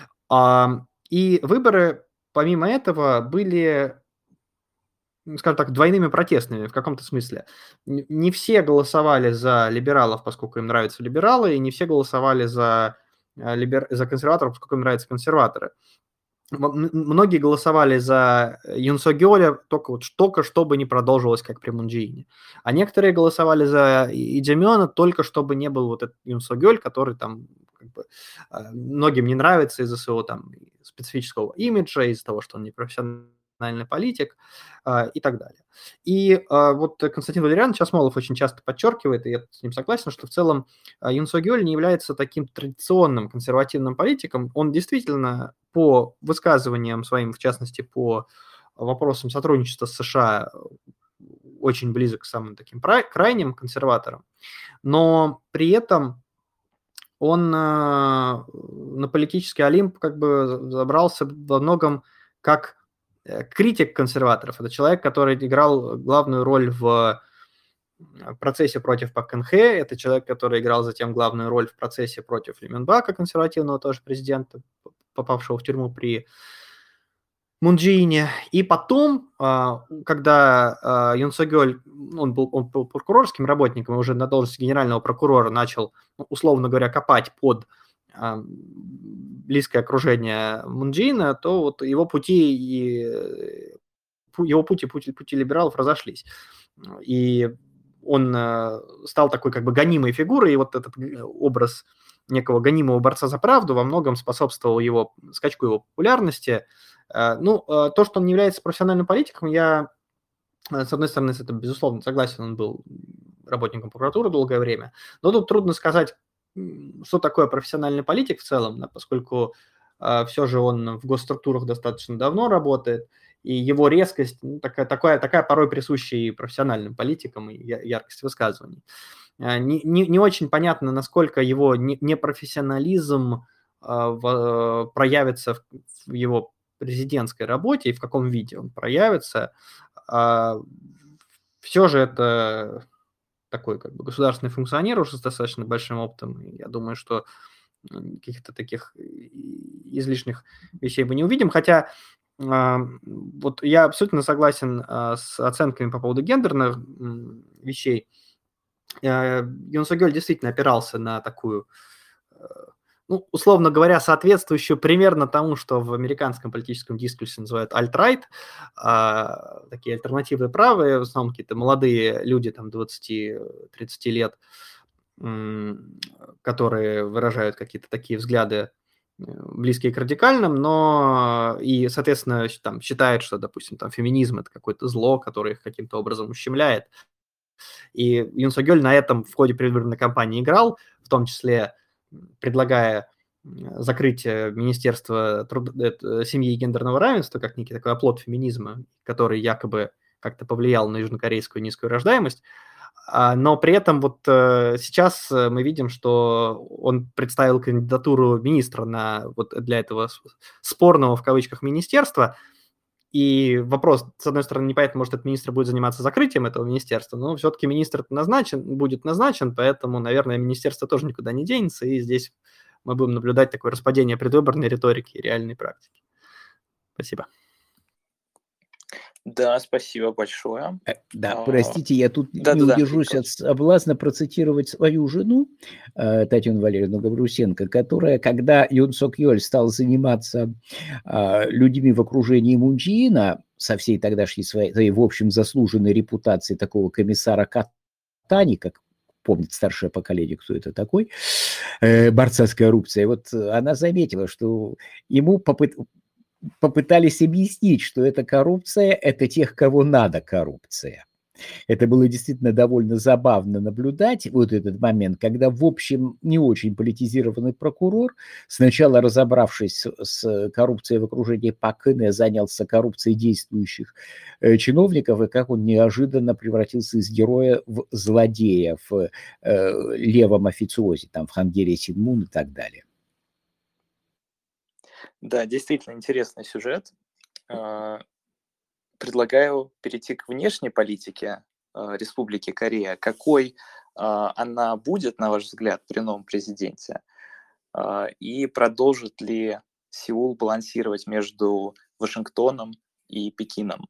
И выборы, помимо этого, были, скажем так, двойными протестными в каком-то смысле. Не все голосовали за либералов, поскольку им нравятся либералы, и не все голосовали за, либер... за консерваторов, поскольку им нравятся консерваторы. Многие голосовали за Юн Сок Гёля только, вот, только чтобы не продолжилось, как при Мун Чжэ Ине. А некоторые голосовали за И Джи-мёна только чтобы не был вот этот Юн Сок Гёль, который там как бы, многим не нравится из-за своего там специфического имиджа, из-за того, что он не профессиональный политик и так далее. И вот Константин Валерьянович Асмолов очень часто подчеркивает, и я с ним согласен, что в целом Юн Сок Гёль не является таким традиционным консервативным политиком. Он действительно по высказываниям своим, в частности, по вопросам сотрудничества с США, очень близок к самым таким крайним консерваторам, но при этом он на политический олимп как бы забрался во многом как критик консерваторов. Это человек, который играл главную роль в процессе против Пак Кын Хэ, это человек, который играл затем главную роль в процессе против Ли Мён Бака, консервативного тоже президента, попавшего в тюрьму при Мун Чжэ Ине. И потом, когда Юн Сок Гёль, он был, он был прокурорским работником, и уже на должности генерального прокурора начал, условно говоря, копать под близкое окружение Мун Чжэ Ина, то вот его пути и его пути, пути, пути либералов разошлись. И он стал такой как бы гонимой фигурой, и вот этот образ некого гонимого борца за правду во многом способствовал его скачку его популярности. Ну, то, что он не является профессиональным политиком, я, с одной стороны, с этим, безусловно, согласен, он был работником прокуратуры долгое время, но тут трудно сказать, что такое профессиональный политик в целом, да, поскольку все же он в госструктурах достаточно давно работает, и его резкость, ну, такая, такая, такая порой присущая и профессиональным политикам, и яркость высказываний. Не, не, не очень понятно, насколько его непрофессионализм проявится в его президентской работе и в каком виде он проявится. Все же это такой как бы государственный функционер уже с достаточно большим опытом. И я думаю, что каких-то таких излишних вещей мы не увидим. Хотя вот я абсолютно согласен с оценками по поводу гендерных вещей. Юн Сок-Йоль действительно опирался на такую, ну, условно говоря, соответствующую примерно тому, что в американском политическом дискурсе называют alt-right, такие альтернативные правые, в основном какие-то молодые люди, там, двадцать-тридцать лет, которые выражают какие-то такие взгляды, близкие к радикальным, но и, соответственно, там, считают, что, допустим, там, феминизм – это какое-то зло, которое их каким-то образом ущемляет. И Юн Сок-Йоль на этом в ходе предвыборной кампании играл, в том числе предлагая закрытие Министерства труд... семьи и гендерного равенства как некий такой оплот феминизма, который якобы как-то повлиял на южнокорейскую низкую рождаемость. Но при этом вот сейчас мы видим, что он представил кандидатуру министра на вот для этого спорного в кавычках министерства. И вопрос, с одной стороны, непонятно, может, этот министр будет заниматься закрытием этого министерства, но все-таки министр назначен, будет назначен, поэтому, наверное, министерство тоже никуда не денется, и здесь мы будем наблюдать такое распадение предвыборной риторики и реальной практики. Спасибо. Да, спасибо большое. Да, а, простите, я тут да, не да, удержусь да, от соблазна процитировать свою жену, Татьяну Валерьевну Гаврусенко, которая, когда Юн Сок-Йоль стал заниматься людьми в окружении Мун Чжэ Ина, со всей тогдашней своей, в общем, заслуженной репутацией такого комиссара Катани, как помнит старшее поколение, кто это такой, борца с коррупцией, вот она заметила, что ему попыт... попытались объяснить, что эта коррупция – это тех, кого надо коррупция. Это было действительно довольно забавно наблюдать, вот этот момент, когда, в общем, не очень политизированный прокурор, сначала разобравшись с коррупцией в окружении Пак Кын Хе, занялся коррупцией действующих э, чиновников, и как он неожиданно превратился из героя в злодея в э, левом официозе, там, в Хангере Синмун и так далее. Да, действительно интересный сюжет. Предлагаю перейти к внешней политике Республики Корея. Какой она будет, на ваш взгляд, при новом президенте? И продолжит ли Сеул балансировать между Вашингтоном и Пекином?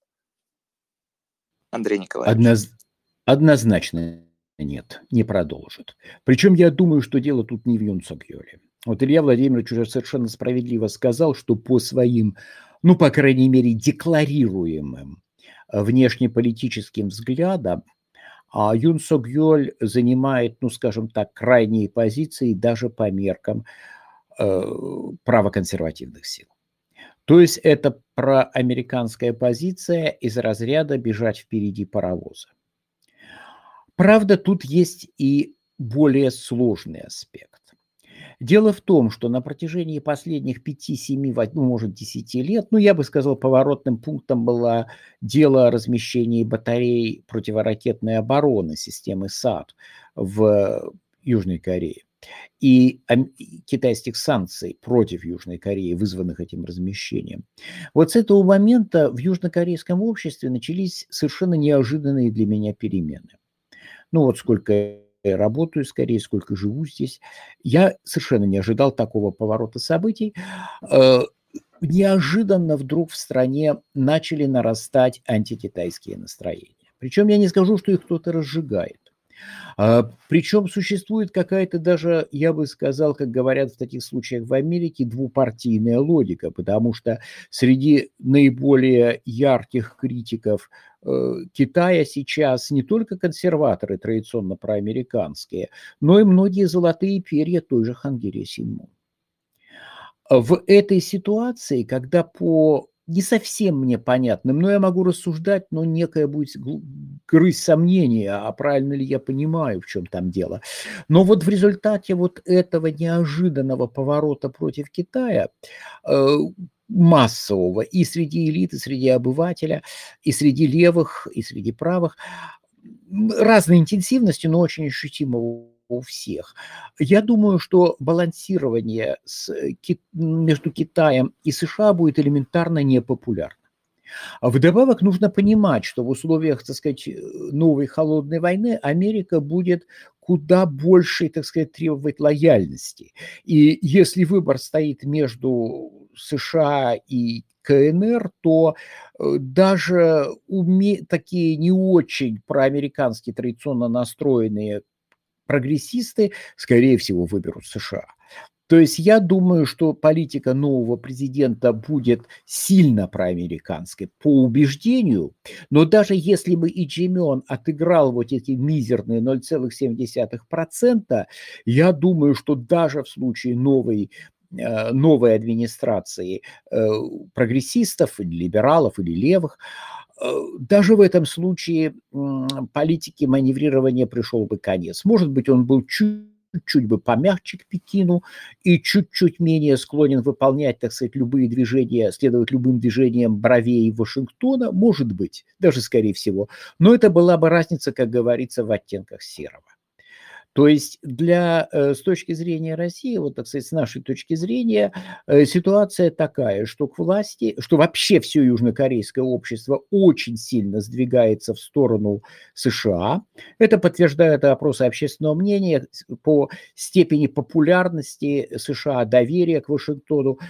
Андрей Николаевич. Одноз... Однозначно нет, не продолжит. Причем я думаю, что дело тут не в Юн Сок-Йоле. Вот Илья Владимирович уже совершенно справедливо сказал, что по своим, ну, по крайней мере, декларируемым внешнеполитическим взглядам Юн Сок-Йоль занимает, ну, скажем так, крайние позиции даже по меркам э, правоконсервативных сил. То есть это проамериканская позиция из разряда бежать впереди паровоза. Правда, тут есть и более сложный аспект. Дело в том, что на протяжении последних пяти-семи, ну, может, десяти лет, ну, я бы сказал, поворотным пунктом было дело о размещении батарей противоракетной обороны системы САД в Южной Корее и китайских санкций против Южной Кореи, вызванных этим размещением. Вот с этого момента в южнокорейском обществе начались совершенно неожиданные для меня перемены. Ну, вот сколько работаю скорее, сколько живу здесь. Я совершенно не ожидал такого поворота событий. Неожиданно вдруг в стране начали нарастать антикитайские настроения. Причем я не скажу, что их кто-то разжигает. Причем существует какая-то даже, я бы сказал, как говорят в таких случаях в Америке, двупартийная логика, потому что среди наиболее ярких критиков Китая сейчас не только консерваторы традиционно проамериканские, но и многие золотые перья той же Хангере Синмун. В этой ситуации, когда по не совсем мне понятным, но я могу рассуждать, но некое будет грызть сомнение, а правильно ли я понимаю, в чем там дело. Но вот в результате вот этого неожиданного поворота против Китая массового и среди элиты, и среди обывателя, и среди левых, и среди правых. Разной интенсивности, но очень ощутимого у всех. Я думаю, что балансирование с, между Китаем и США будет элементарно непопулярно. А вдобавок нужно понимать, что в условиях, так сказать, новой холодной войны Америка будет куда больше, так сказать, требовать лояльности. И если выбор стоит между США и КНР, то даже уме... такие не очень проамериканские традиционно настроенные прогрессисты, скорее всего, выберут США. То есть я думаю, что политика нового президента будет сильно проамериканской по убеждению, но даже если бы и Чжимён отыграл вот эти мизерные ноль целых семь десятых процента, я думаю, что даже в случае новой новой администрации прогрессистов или либералов или левых, даже в этом случае политике маневрирования пришел бы конец. Может быть, он был чуть чуть бы помягче к Пекину и чуть-чуть менее склонен выполнять, так сказать, любые движения, следовать любым движениям бровей Вашингтона, может быть, даже скорее всего. Но это была бы разница, как говорится, в оттенках серого. То есть для, с точки зрения России, вот, так сказать, с нашей точки зрения, ситуация такая, что к власти, что вообще все южнокорейское общество очень сильно сдвигается в сторону США. Это подтверждают опросы общественного мнения по степени популярности США, доверия к Вашингтону.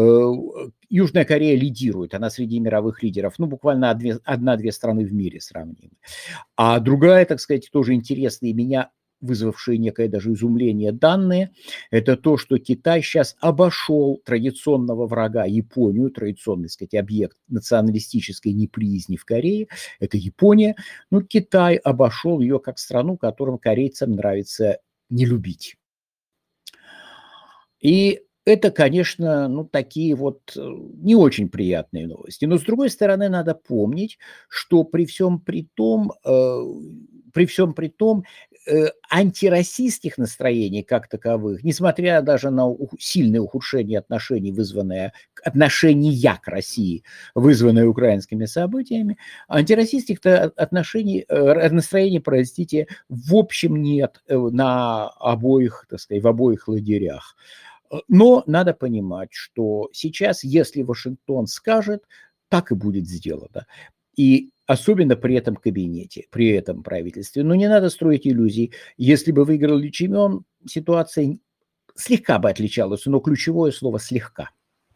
Южная Корея лидирует, она среди мировых лидеров, ну, буквально одна-две страны в мире сравнимы. А другая, так сказать, тоже интересная, и меня вызвавшие некое даже изумление данные, это то, что Китай сейчас обошел традиционного врага Японию, традиционный, так сказать, объект националистической неприязни в Корее, это Япония, но Китай обошел ее как страну, которую корейцам нравится не любить. И это, конечно, ну, такие вот не очень приятные новости. Но, с другой стороны, надо помнить, что при всем при том, э, при всем при том, э, антироссийских настроений как таковых, несмотря даже на у- сильное ухудшение отношений, вызванное, отношения к России, вызванное украинскими событиями, антироссийских отношений, э, настроений, простите, в общем нет э, на обоих, так сказать, в обоих лагерях. Но надо понимать, что сейчас, если Вашингтон скажет, так и будет сделано. И особенно при этом кабинете, при этом правительстве. Но не надо строить иллюзий. Если бы выиграл Ли Чжимён, ситуация слегка бы отличалась, но ключевое слово «слегка».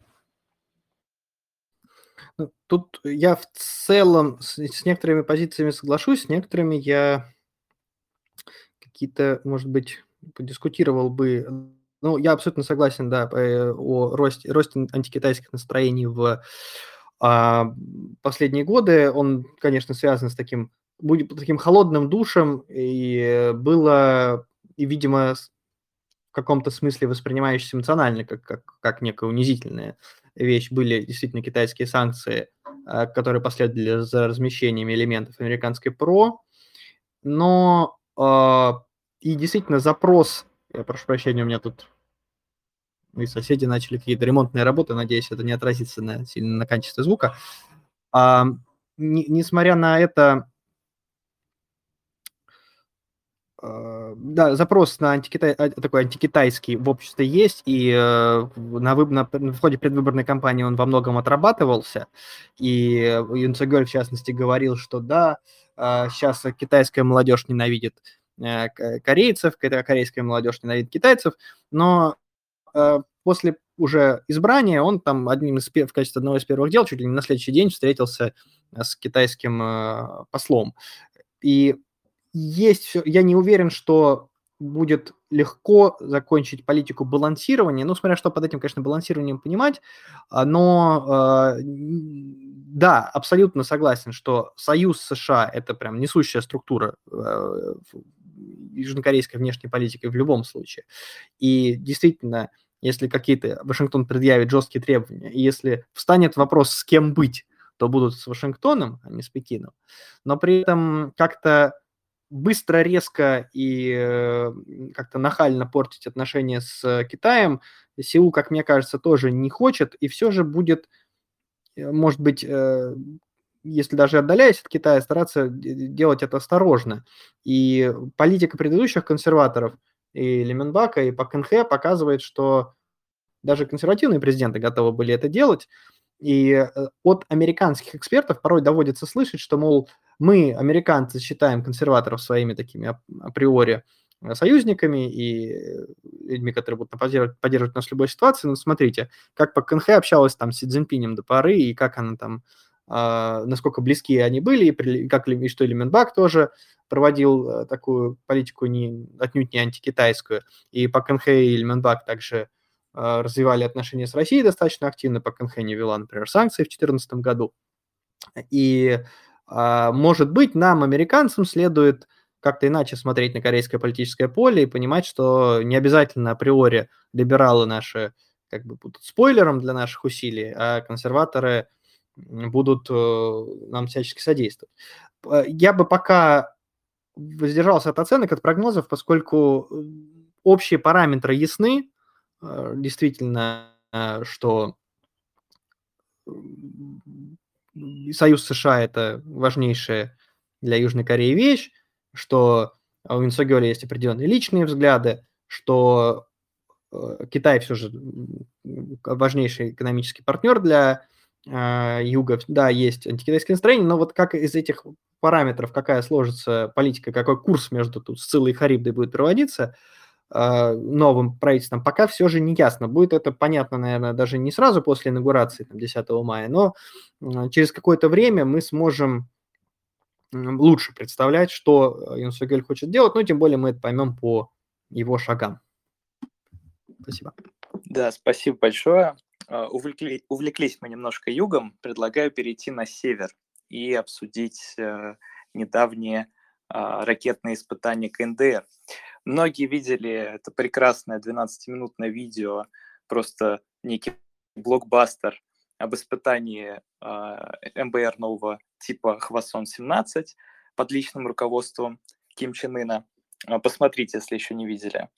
Тут я в целом с, с некоторыми позициями соглашусь, с некоторыми я какие-то, может быть, подискутировал бы. Ну, я абсолютно согласен, да, о росте, росте антикитайских настроений в а, последние годы. Он, конечно, связан с таким, будет таким холодным душем, и было, и, видимо, в каком-то смысле воспринимающееся эмоционально, как, как, как некая унизительная вещь, были действительно китайские санкции, которые последовали за размещением элементов американской ПРО. Но и действительно запрос, я прошу прощения, у меня тут мои соседи начали какие-то ремонтные работы, надеюсь, это не отразится на, сильно на качестве звука. А, не, несмотря на это, а, да, запрос на антикитай, такой антикитайский в обществе есть, и на, выб, на, в ходе предвыборной кампании он во многом отрабатывался, и Юн Цогёль, в частности, говорил, что да, сейчас китайская молодежь ненавидит корейцев, корейская молодежь ненавидит китайцев, но после уже избрания он там одним из, в качестве одного из первых дел чуть ли не на следующий день встретился с китайским послом. И есть все, я не уверен, что будет легко закончить политику балансирования, ну, смотря что под этим, конечно, балансированием понимать, но да, абсолютно согласен, что союз США – это прям несущая структура южнокорейской внешней политики в любом случае. И действительно, если какие-то Вашингтон предъявит жесткие требования, и если встанет вопрос, с кем быть, то будут с Вашингтоном, а не с Пекином. Но при этом как-то быстро, резко и э, как-то нахально портить отношения с Китаем Сеул, как мне кажется, тоже не хочет, и все же будет может быть, если даже отдаляясь от Китая, стараться делать это осторожно. И политика предыдущих консерваторов, и Лименбака, и Пак Кын Хэ показывает, что даже консервативные президенты готовы были это делать. И от американских экспертов порой доводится слышать, что, мол, мы, американцы, считаем консерваторов своими такими априори союзниками и людьми, которые будут поддерживать, поддерживать нас в любой ситуации. Но смотрите, как Пак Кын Хэ общалась там с Си Цзиньпинем до поры, и как она там, э, насколько близкие они были, и как и что Лименбак тоже проводил такую политику не, отнюдь не антикитайскую. И Пак Кын Хэ и Лименбак также э, развивали отношения с Россией достаточно активно. Пак Кын Хэ не вела, например, санкции в две тысячи четырнадцатом году. И, э, может быть, нам, американцам, следует как-то иначе смотреть на корейское политическое поле и понимать, что не обязательно априори либералы наши как бы будут спойлером для наших усилий, а консерваторы будут э, нам всячески содействовать. Я бы пока воздержался от оценок, от прогнозов, поскольку общие параметры ясны. Действительно, что Союз США – это важнейшая для Южной Кореи вещь, что у Юн Сок-гёля есть определенные личные взгляды, что Китай все же важнейший экономический партнер для э, Юга. Да, есть антикитайское настроение, но вот как из этих параметров, какая сложится политика, какой курс между тут Сциллой и Харибдой будет проводиться э, новым правительством, пока все же не ясно. Будет это понятно, наверное, даже не сразу после инаугурации, там, десятого мая, но э, через какое-то время мы сможем лучше представлять, что Юн Сок-гёль хочет делать, ну, тем более мы это поймем по его шагам. Спасибо. Да, спасибо большое. Увлекли, увлеклись мы немножко югом. Предлагаю перейти на север и обсудить э, недавние э, ракетные испытания Ка Эн Дэ Эр. Многие видели это прекрасное двенадцатиминутное видео, просто некий блокбастер об испытании э, Эм Бэ Эр нового типа Хвасон семнадцать под личным руководством Ким Чен Ына. Посмотрите, если еще не видели.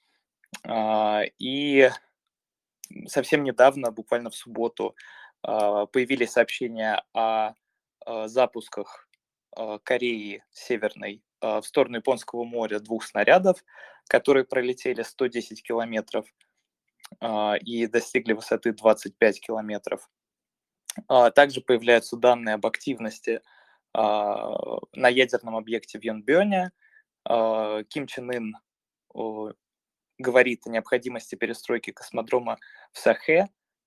И совсем недавно, буквально в субботу, появились сообщения о запусках Кореи Северной в сторону Японского моря двух снарядов, которые пролетели сто десять километров и достигли высоты двадцать пять километров. Также появляются данные об активности на ядерном объекте в Йонбёне. Ким Чен Ын говорит о необходимости перестройки космодрома в Сахэ,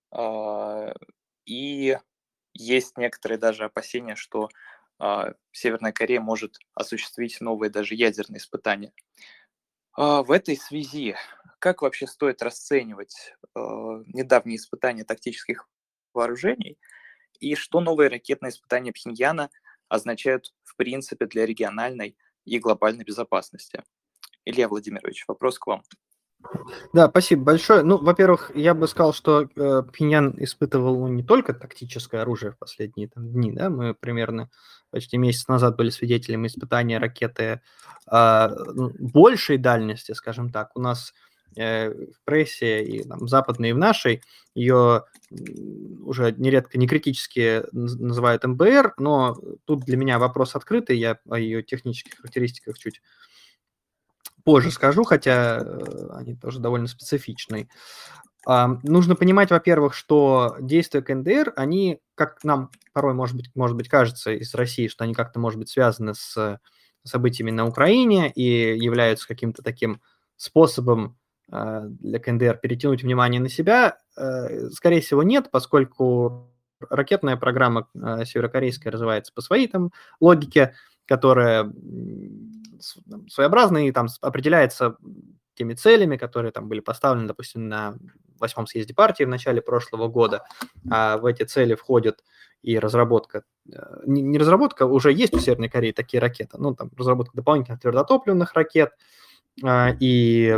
и есть некоторые даже опасения, что Северная Корея может осуществить новые даже ядерные испытания. В этой связи, как вообще стоит расценивать недавние испытания тактических вооружений, и что новые ракетные испытания Пхеньяна означают в принципе для региональной и глобальной безопасности? Илья Владимирович, вопрос к вам. Да, спасибо большое. Ну, во-первых, я бы сказал, что э, Пхеньян испытывал ну, не только тактическое оружие в последние там, дни, да, мы примерно почти месяц назад были свидетелями испытания ракеты э, большей дальности, скажем так. У нас э, в прессе, и там, западной, и в нашей, ее уже нередко некритически называют Эм Бэ Эр, но тут для меня вопрос открытый, я о ее технических характеристиках чуть позже скажу, хотя они тоже довольно специфичные. А, нужно понимать, во-первых, что действия Ка Эн Дэ Эр, они, как нам порой, может быть, может быть, кажется из России, что они как-то, может быть, связаны с событиями на Украине и являются каким-то таким способом а, для Ка Эн Дэ Эр перетянуть внимание на себя. А, скорее всего, нет, поскольку ракетная программа а, северокорейская развивается по своей там логике, которая своеобразная и там определяется теми целями, которые там были поставлены, допустим, на восьмом съезде партии в начале прошлого года. А в эти цели входит и разработка, не, не разработка, уже есть у Северной Кореи такие ракеты, ну, там разработка дополнительных твердотопливных ракет и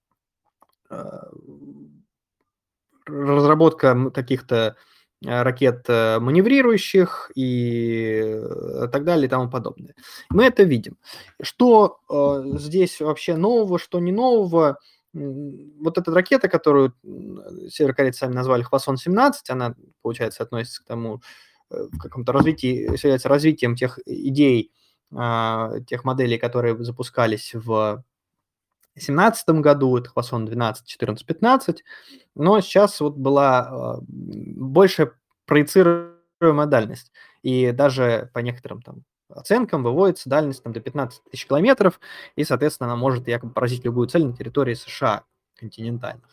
разработка каких-то ракет маневрирующих и так далее и тому подобное. Мы это видим. Что э, здесь вообще нового, что не нового? Вот эта ракета, которую северокорейцы сами назвали Хвасон семнадцать, она, получается, относится к тому в каком-то развитии, является развитием тех идей, тех моделей, которые запускались в две тысячи семнадцатом году, это Хвасон двенадцать, четырнадцать, пятнадцать, но сейчас вот была больше проецируемая дальность, и даже по некоторым там оценкам выводится дальность там, до пятнадцать тысяч километров, и, соответственно, она может якобы поразить любую цель на территории США континентальных.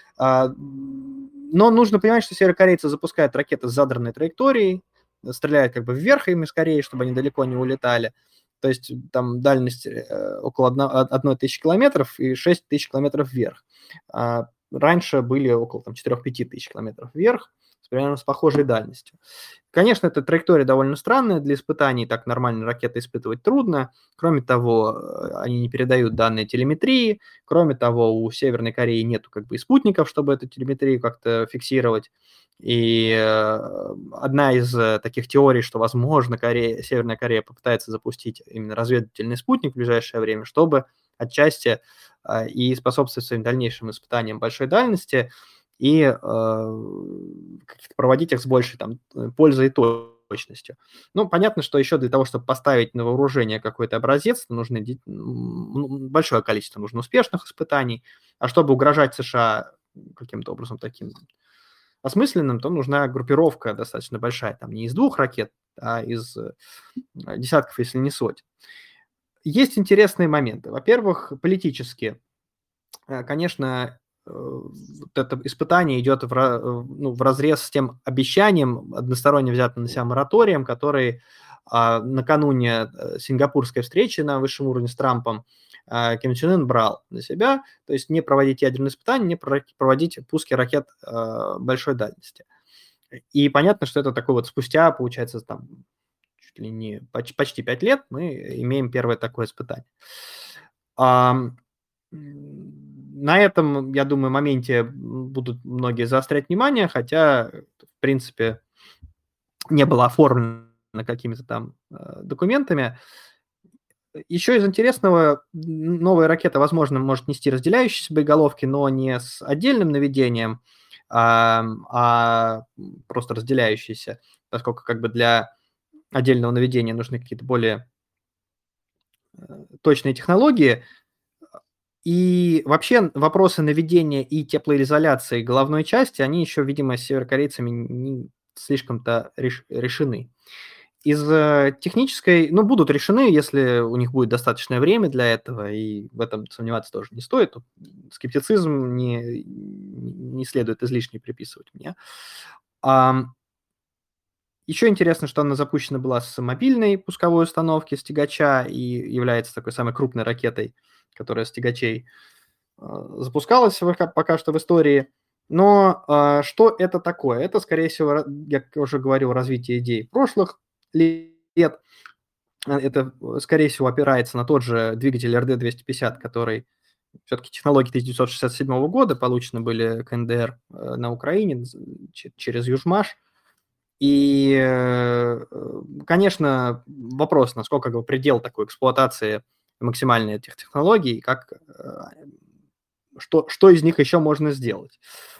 Но нужно понимать, что северокорейцы запускают ракеты с задранной траекторией, стреляют как бы вверх ими скорее, чтобы они далеко не улетали. То есть там дальность около одной тысячи километров и шесть тысяч километров вверх. А раньше были около четыре-пять тысяч километров вверх, примерно с похожей дальностью. Конечно, эта траектория довольно странная для испытаний, так нормально ракеты испытывать трудно. Кроме того, они не передают данные телеметрии. Кроме того, у Северной Кореи нету как бы и спутников, чтобы эту телеметрию как-то фиксировать. И одна из таких теорий, что, возможно, Корея, Северная Корея попытается запустить именно разведывательный спутник в ближайшее время, чтобы отчасти и способствовать своим дальнейшим испытаниям большой дальности, и э, проводить их с большей там, пользой и точностью. Ну, понятно, что еще для того, чтобы поставить на вооружение какой-то образец, нужно большое количество нужно успешных испытаний, а чтобы угрожать США каким-то образом таким осмысленным, то нужна группировка достаточно большая, там не из двух ракет, а из десятков, если не сотен. Есть интересные моменты. Во-первых, политически, конечно, вот это испытание идет в, ну, в разрез с тем обещанием, односторонне взятым на себя мораторием, который а, накануне сингапурской встречи на высшем уровне с Трампом а, Ким Чен Ын брал на себя, то есть не проводить ядерные испытания, не проводить пуски ракет а, большой дальности. И понятно, что это такой вот спустя, получается, там чуть ли не почти пять лет мы имеем первое такое испытание. А, На этом, я думаю, моменте будут многие заострять внимание, хотя, в принципе, не было оформлено какими-то там э, документами. Еще из интересного, новая ракета, возможно, может нести разделяющиеся боеголовки, но не с отдельным наведением, а, а просто разделяющиеся, поскольку как бы для отдельного наведения нужны какие-то более точные технологии. И вообще вопросы наведения и теплоизоляции головной части, они еще, видимо, с северокорейцами не слишком-то реш, решены. Из технической, ну, будут решены, если у них будет достаточное время для этого, и в этом сомневаться тоже не стоит. Тут скептицизм не, не следует излишне приписывать мне. А, еще интересно, что она запущена была с мобильной пусковой установки, с тягача, и является такой самой крупной ракетой, которая с тягачей э, запускалась пока что в истории. Но э, что это такое? Это, скорее всего, я уже говорил, развитие идей прошлых лет. Это, скорее всего, опирается на тот же двигатель эр дэ двести пятьдесят, который все-таки технологии тысяча девятьсот шестьдесят седьмого года, получены были ка эн дэ эр э, на Украине через Южмаш. И, конечно, вопрос, насколько как бы, предел такой эксплуатации максимальной этих технологий, как, что, что из них еще можно сделать.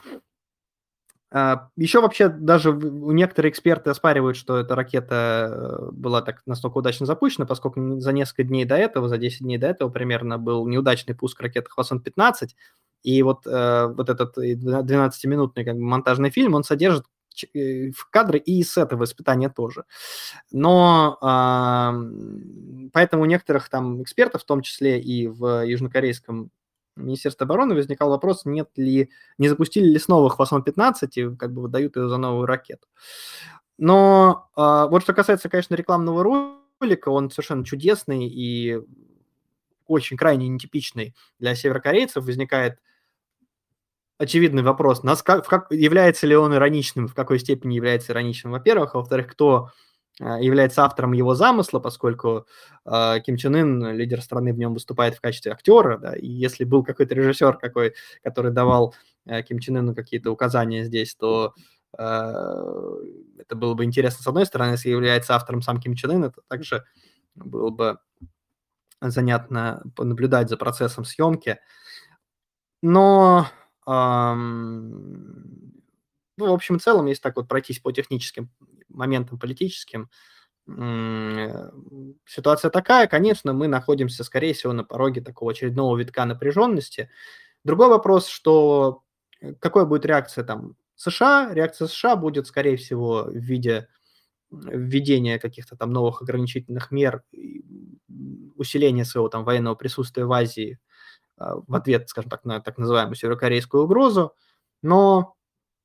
Еще вообще даже у некоторых эксперты оспаривают, что эта ракета была так настолько удачно запущена, поскольку за несколько дней до этого, за десять дней до этого примерно был неудачный пуск ракеты Хвасон пятнадцать, и вот, вот этот двенадцатиминутный как бы, монтажный фильм, он содержит в кадры и с этого испытания тоже. Но э, поэтому у некоторых там экспертов, в том числе и в южнокорейском Министерстве обороны, возникал вопрос, нет ли, не запустили ли снова Хвасон пятнадцать и как бы выдают ее за новую ракету. Но э, вот что касается, конечно, рекламного ролика, он совершенно чудесный и очень крайне нетипичный для северокорейцев. Возникает очевидный вопрос, нас как, в как, является ли он ироничным, в какой степени является ироничным, во-первых, а во-вторых, кто э, является автором его замысла, поскольку э, Ким Чен Ын, лидер страны, в нем выступает в качестве актера, да, и если был какой-то режиссер, какой, который давал э, Ким Чен Ыну какие-то указания здесь, то э, это было бы интересно с одной стороны, если является автором сам Ким Чен Ын, это также было бы занятно понаблюдать за процессом съемки. Но Um, ну, в общем и целом, если так вот пройтись по техническим моментом политическим. Ситуация такая, конечно, мы находимся, скорее всего, на пороге такого очередного витка напряженности. Другой вопрос, что какой будет реакция там США? Реакция США будет, скорее всего, в виде введения каких-то там новых ограничительных мер, усиления своего там военного присутствия в Азии в ответ, скажем так, на так называемую северокорейскую угрозу. Но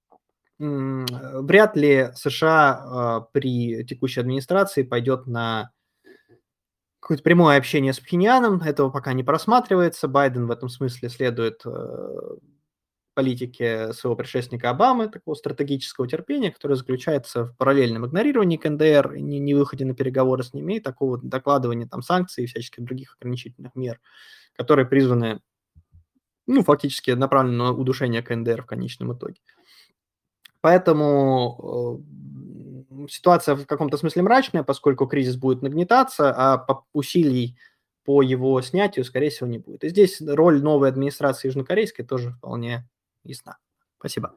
вряд ли США при текущей администрации пойдет на какое-то прямое общение с Пхеньяном. Этого пока не просматривается. Байден в этом смысле следует политике своего предшественника Обамы, такого стратегического терпения, которое заключается в параллельном игнорировании КНДР, не, не выходе на переговоры с ними, и такого докладывания там санкций и всяческих других ограничительных мер, которые призваны, ну, фактически направлены на удушение КНДР в конечном итоге. Поэтому э, ситуация в каком-то смысле мрачная, поскольку кризис будет нагнетаться, а по усилий по его снятию, скорее всего, не будет. И здесь роль новой администрации южнокорейской тоже вполне ясна. Спасибо.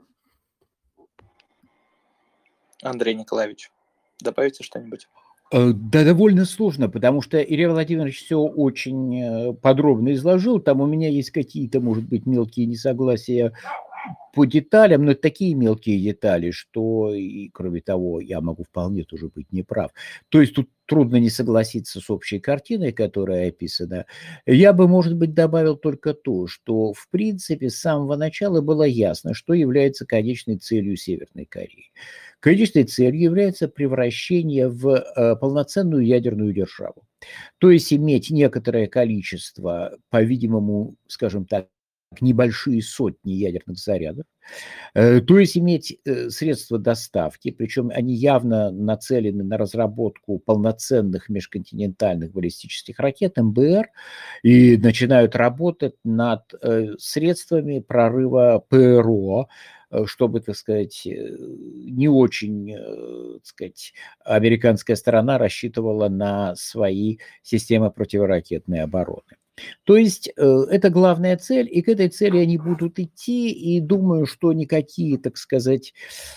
Андрей Николаевич, добавите что-нибудь? Да, довольно сложно, потому что Илья Владимирович все очень подробно изложил. Там у меня есть какие-то, может быть, мелкие несогласия по деталям, но это такие мелкие детали, что, и кроме того, я могу вполне тоже быть неправ. То есть тут трудно не согласиться с общей картиной, которая описана. Я бы, может быть, добавил только то, что, в принципе, с самого начала было ясно, что является конечной целью Северной Кореи. Конечной целью является превращение в э, полноценную ядерную державу. То есть иметь некоторое количество, по-видимому, скажем так, небольшие сотни ядерных зарядов, э, то есть иметь э, средства доставки, причем они явно нацелены на разработку полноценных межконтинентальных баллистических ракет эм бэ эр и начинают работать над э, средствами прорыва пэ эр о, чтобы, так сказать, не очень, так сказать, американская сторона рассчитывала на свои системы противоракетной обороны. То есть это главная цель, и к этой цели они будут идти, и думаю, что никакие, так сказать,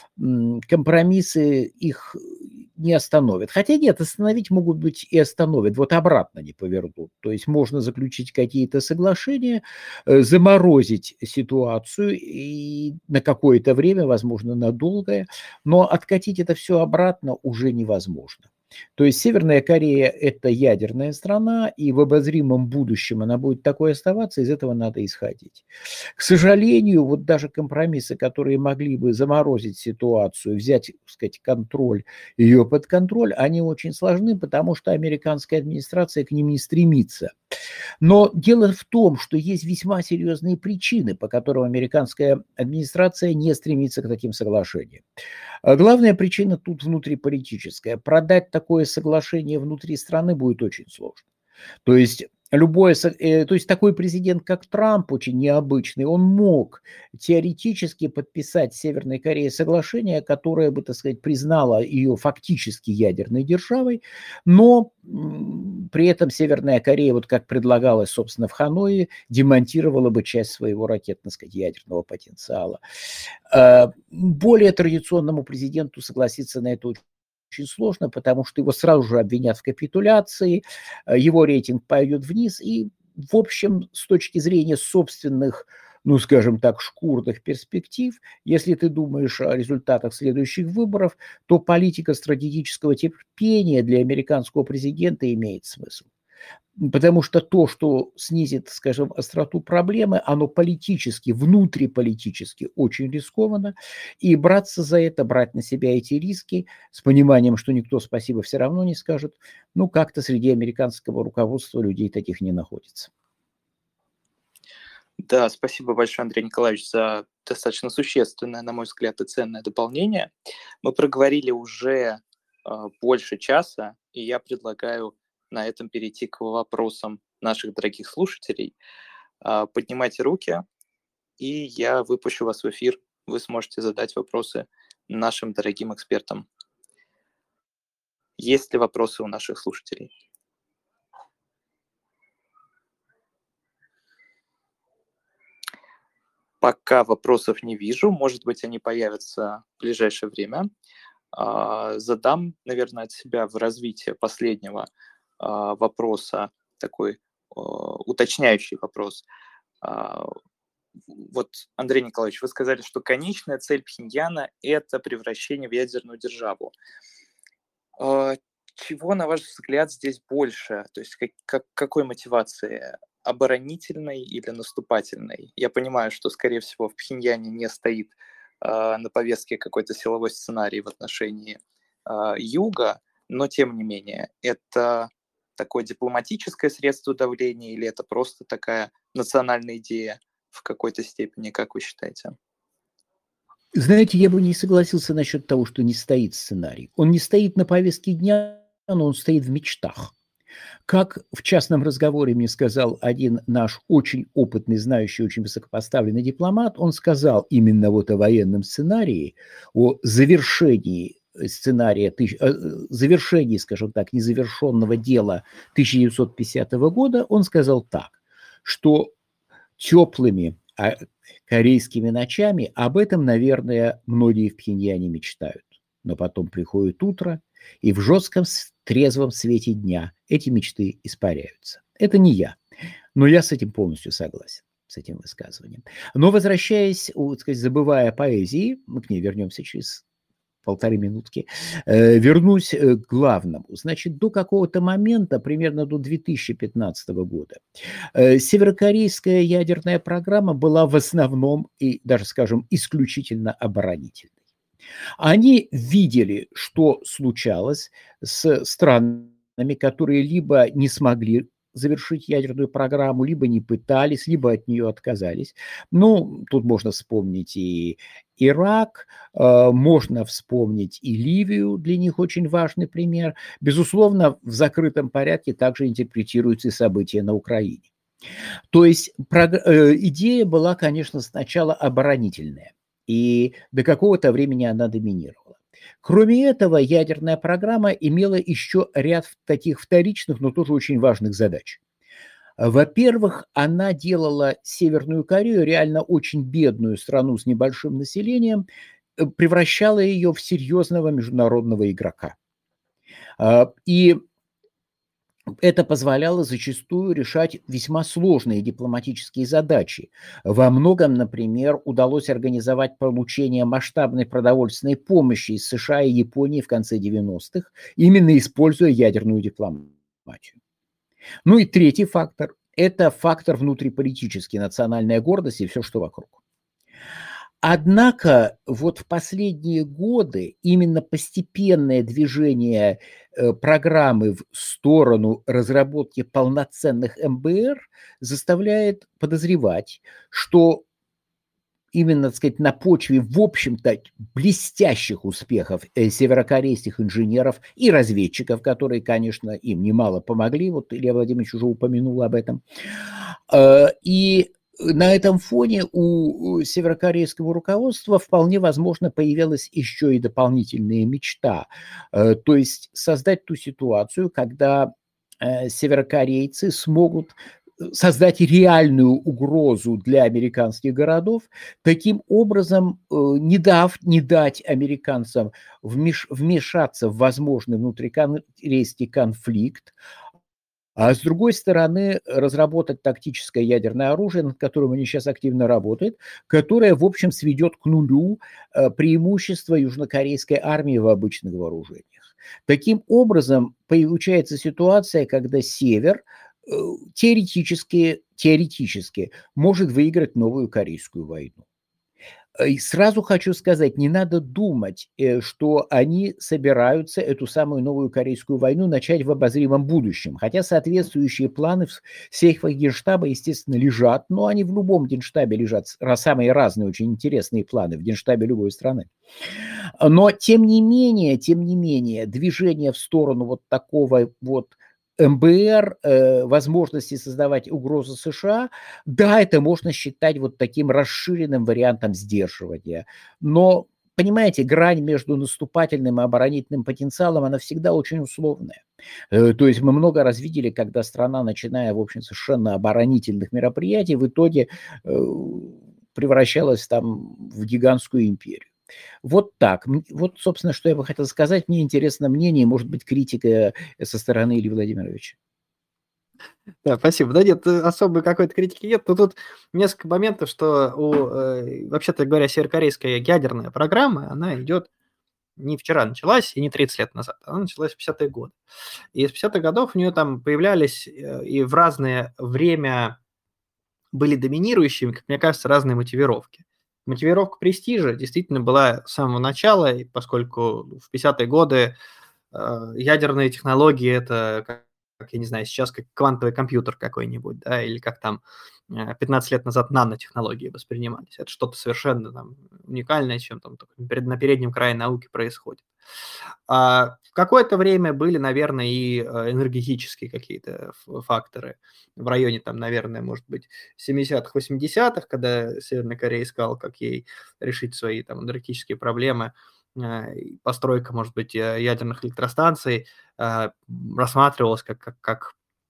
компромиссы их не остановят. Хотя нет, остановить могут быть и остановят, вот обратно не повернут. То есть можно заключить какие-то соглашения, заморозить ситуацию и на какое-то время, возможно, на долгое, но откатить это все обратно уже невозможно. То есть Северная Корея – это ядерная страна, и в обозримом будущем она будет такой оставаться, из этого надо исходить. К сожалению, вот даже компромиссы, которые могли бы заморозить ситуацию, взять, так сказать, контроль, ее под контроль, они очень сложны, потому что американская администрация к ним не стремится. Но дело в том, что есть весьма серьезные причины, по которым американская администрация не стремится к таким соглашениям. Главная причина тут внутриполитическая. Продать такое соглашение внутри страны будет очень сложно. То есть любое, то есть такой президент, как Трамп, очень необычный, он мог теоретически подписать с Северной Кореей соглашение, которое бы, так сказать, признало ее фактически ядерной державой, но при этом Северная Корея, вот как предлагалось, собственно, в Ханое, демонтировала бы часть своего ракетно, сказать, ядерного потенциала. Более традиционному президенту согласиться на это очень сложно, потому что его сразу же обвинят в капитуляции, его рейтинг пойдет вниз, и, в общем, с точки зрения собственных, ну, скажем так, шкурных перспектив, если ты думаешь о результатах следующих выборов, то политика стратегического терпения для американского президента имеет смысл. Потому что то, что снизит, скажем, остроту проблемы, оно политически, внутриполитически очень рискованно. И браться за это, брать на себя эти риски с пониманием, что никто спасибо все равно не скажет, ну, как-то среди американского руководства людей таких не находится. Да, спасибо большое, Андрей Николаевич, за достаточно существенное, на мой взгляд, и ценное дополнение. Мы проговорили уже э, больше часа, и я предлагаю на этом перейти к вопросам наших дорогих слушателей. Э, поднимайте руки, и я выпущу вас в эфир. Вы сможете задать вопросы нашим дорогим экспертам. Есть ли вопросы у наших слушателей? Пока вопросов не вижу, может быть, они появятся в ближайшее время. А, задам, наверное, от себя в развитии последнего а, вопроса такой а, уточняющий вопрос. А, вот, Андрей Николаевич, вы сказали, что конечная цель Пхеньяна – это превращение в ядерную державу. А, чего, на ваш взгляд, здесь больше? То есть как, как, какой мотивации? Оборонительной или наступательной? Я понимаю, что, скорее всего, в Пхеньяне не стоит а, на повестке какой-то силовой сценарий в отношении а, Юга, но, тем не менее, это такое дипломатическое средство давления или это просто такая национальная идея в какой-то степени, как вы считаете? Знаете, я бы не согласился насчет того, что не стоит сценарий. Он не стоит на повестке дня, но он стоит в мечтах. Как в частном разговоре мне сказал один наш очень опытный, знающий, очень высокопоставленный дипломат, он сказал именно вот о военном сценарии, о завершении сценария, завершении, скажем так, незавершенного дела тысяча девятьсот пятидесятого года, он сказал так, что теплыми корейскими ночами об этом, наверное, многие в Пхеньяне мечтают. Но потом приходит утро, и в жестком трезвом свете дня эти мечты испаряются. Это не я, но я с этим полностью согласен, с этим высказыванием. Но возвращаясь, так сказать, забывая о поэзии, мы к ней вернемся через полторы минутки, э, вернусь к главному. Значит, до какого-то момента, примерно до две тысячи пятнадцатого года, э, северокорейская ядерная программа была в основном и даже, скажем, исключительно оборонительной. Они видели, что случалось с странами, которые либо не смогли завершить ядерную программу, либо не пытались, либо от нее отказались. Ну, тут можно вспомнить и Ирак, э, можно вспомнить и Ливию, для них очень важный пример. Безусловно, в закрытом порядке также интерпретируются и события на Украине. То есть э, идея была, конечно, сначала оборонительная. И до какого-то времени она доминировала. Кроме этого, ядерная программа имела еще ряд таких вторичных, но тоже очень важных задач. Во-первых, она делала Северную Корею, реально очень бедную страну с небольшим населением, превращала ее в серьезного международного игрока. И это позволяло зачастую решать весьма сложные дипломатические задачи. Во многом, например, удалось организовать получение масштабной продовольственной помощи из США и Японии в конце девяностых, именно используя ядерную дипломатию. Ну и третий фактор – это фактор внутриполитический, национальная гордость и все, что вокруг. Однако вот в последние годы именно постепенное движение э, программы в сторону разработки полноценных эм бэ эр заставляет подозревать, что именно, так сказать, на почве, в общем-то, блестящих успехов э, северокорейских инженеров и разведчиков, которые, конечно, им немало помогли, вот Илья Владимирович уже упомянул об этом, э, и на этом фоне у северокорейского руководства вполне возможно появилась еще и дополнительная мечта, то есть создать ту ситуацию, когда северокорейцы смогут создать реальную угрозу для американских городов, таким образом не дав, не дать американцам вмеш, вмешаться в возможный внутрикорейский конфликт, а с другой стороны, разработать тактическое ядерное оружие, над которым они сейчас активно работают, которое, в общем, сведет к нулю преимущество южнокорейской армии в обычных вооружениях. Таким образом, получается ситуация, когда Север теоретически, теоретически может выиграть новую Корейскую войну. И сразу хочу сказать, не надо думать, что они собираются эту самую новую Корейскую войну начать в обозримом будущем. Хотя соответствующие планы в сейфах Генштаба, естественно, лежат, но они в любом Генштабе лежат, самые разные, очень интересные планы в Генштабе любой страны. Но тем не менее, тем не менее, движение в сторону вот такого вот эм бэ эр, э, возможности создавать угрозу США, да, это можно считать вот таким расширенным вариантом сдерживания. Но, понимаете, грань между наступательным и оборонительным потенциалом, она всегда очень условная. Э, то есть мы много раз видели, когда страна, начиная, в общем, совершенно оборонительных мероприятий, в итоге э, превращалась там в гигантскую империю. Вот так. Вот, собственно, что я бы хотел сказать. Мне интересно мнение, может быть, критика со стороны Ильи Владимировича. Да, спасибо. Да нет, особой какой-то критики нет. Но тут несколько моментов, что у, э, вообще-то говоря, северокорейская ядерная программа, она идет не вчера началась и не тридцать лет назад, она началась в пятидесятые годы. И из пятидесятых годов у нее там появлялись и в разное время были доминирующими, как мне кажется, разные мотивировки. Мотивировка престижа действительно была с самого начала, поскольку в пятидесятые годы э, ядерные технологии – это, как, как, я не знаю, сейчас как квантовый компьютер какой-нибудь, да, или как там пятнадцать лет назад нанотехнологии воспринимались. Это что-то совершенно там уникальное, чем там на переднем крае науки происходит. А в какое-то время были, наверное, и энергетические какие-то факторы в районе, там, наверное, может быть, семидесятых, восьмидесятых, когда Северная Корея искала, как ей решить свои там энергетические проблемы, постройка, может быть, ядерных электростанций рассматривалась как, как, как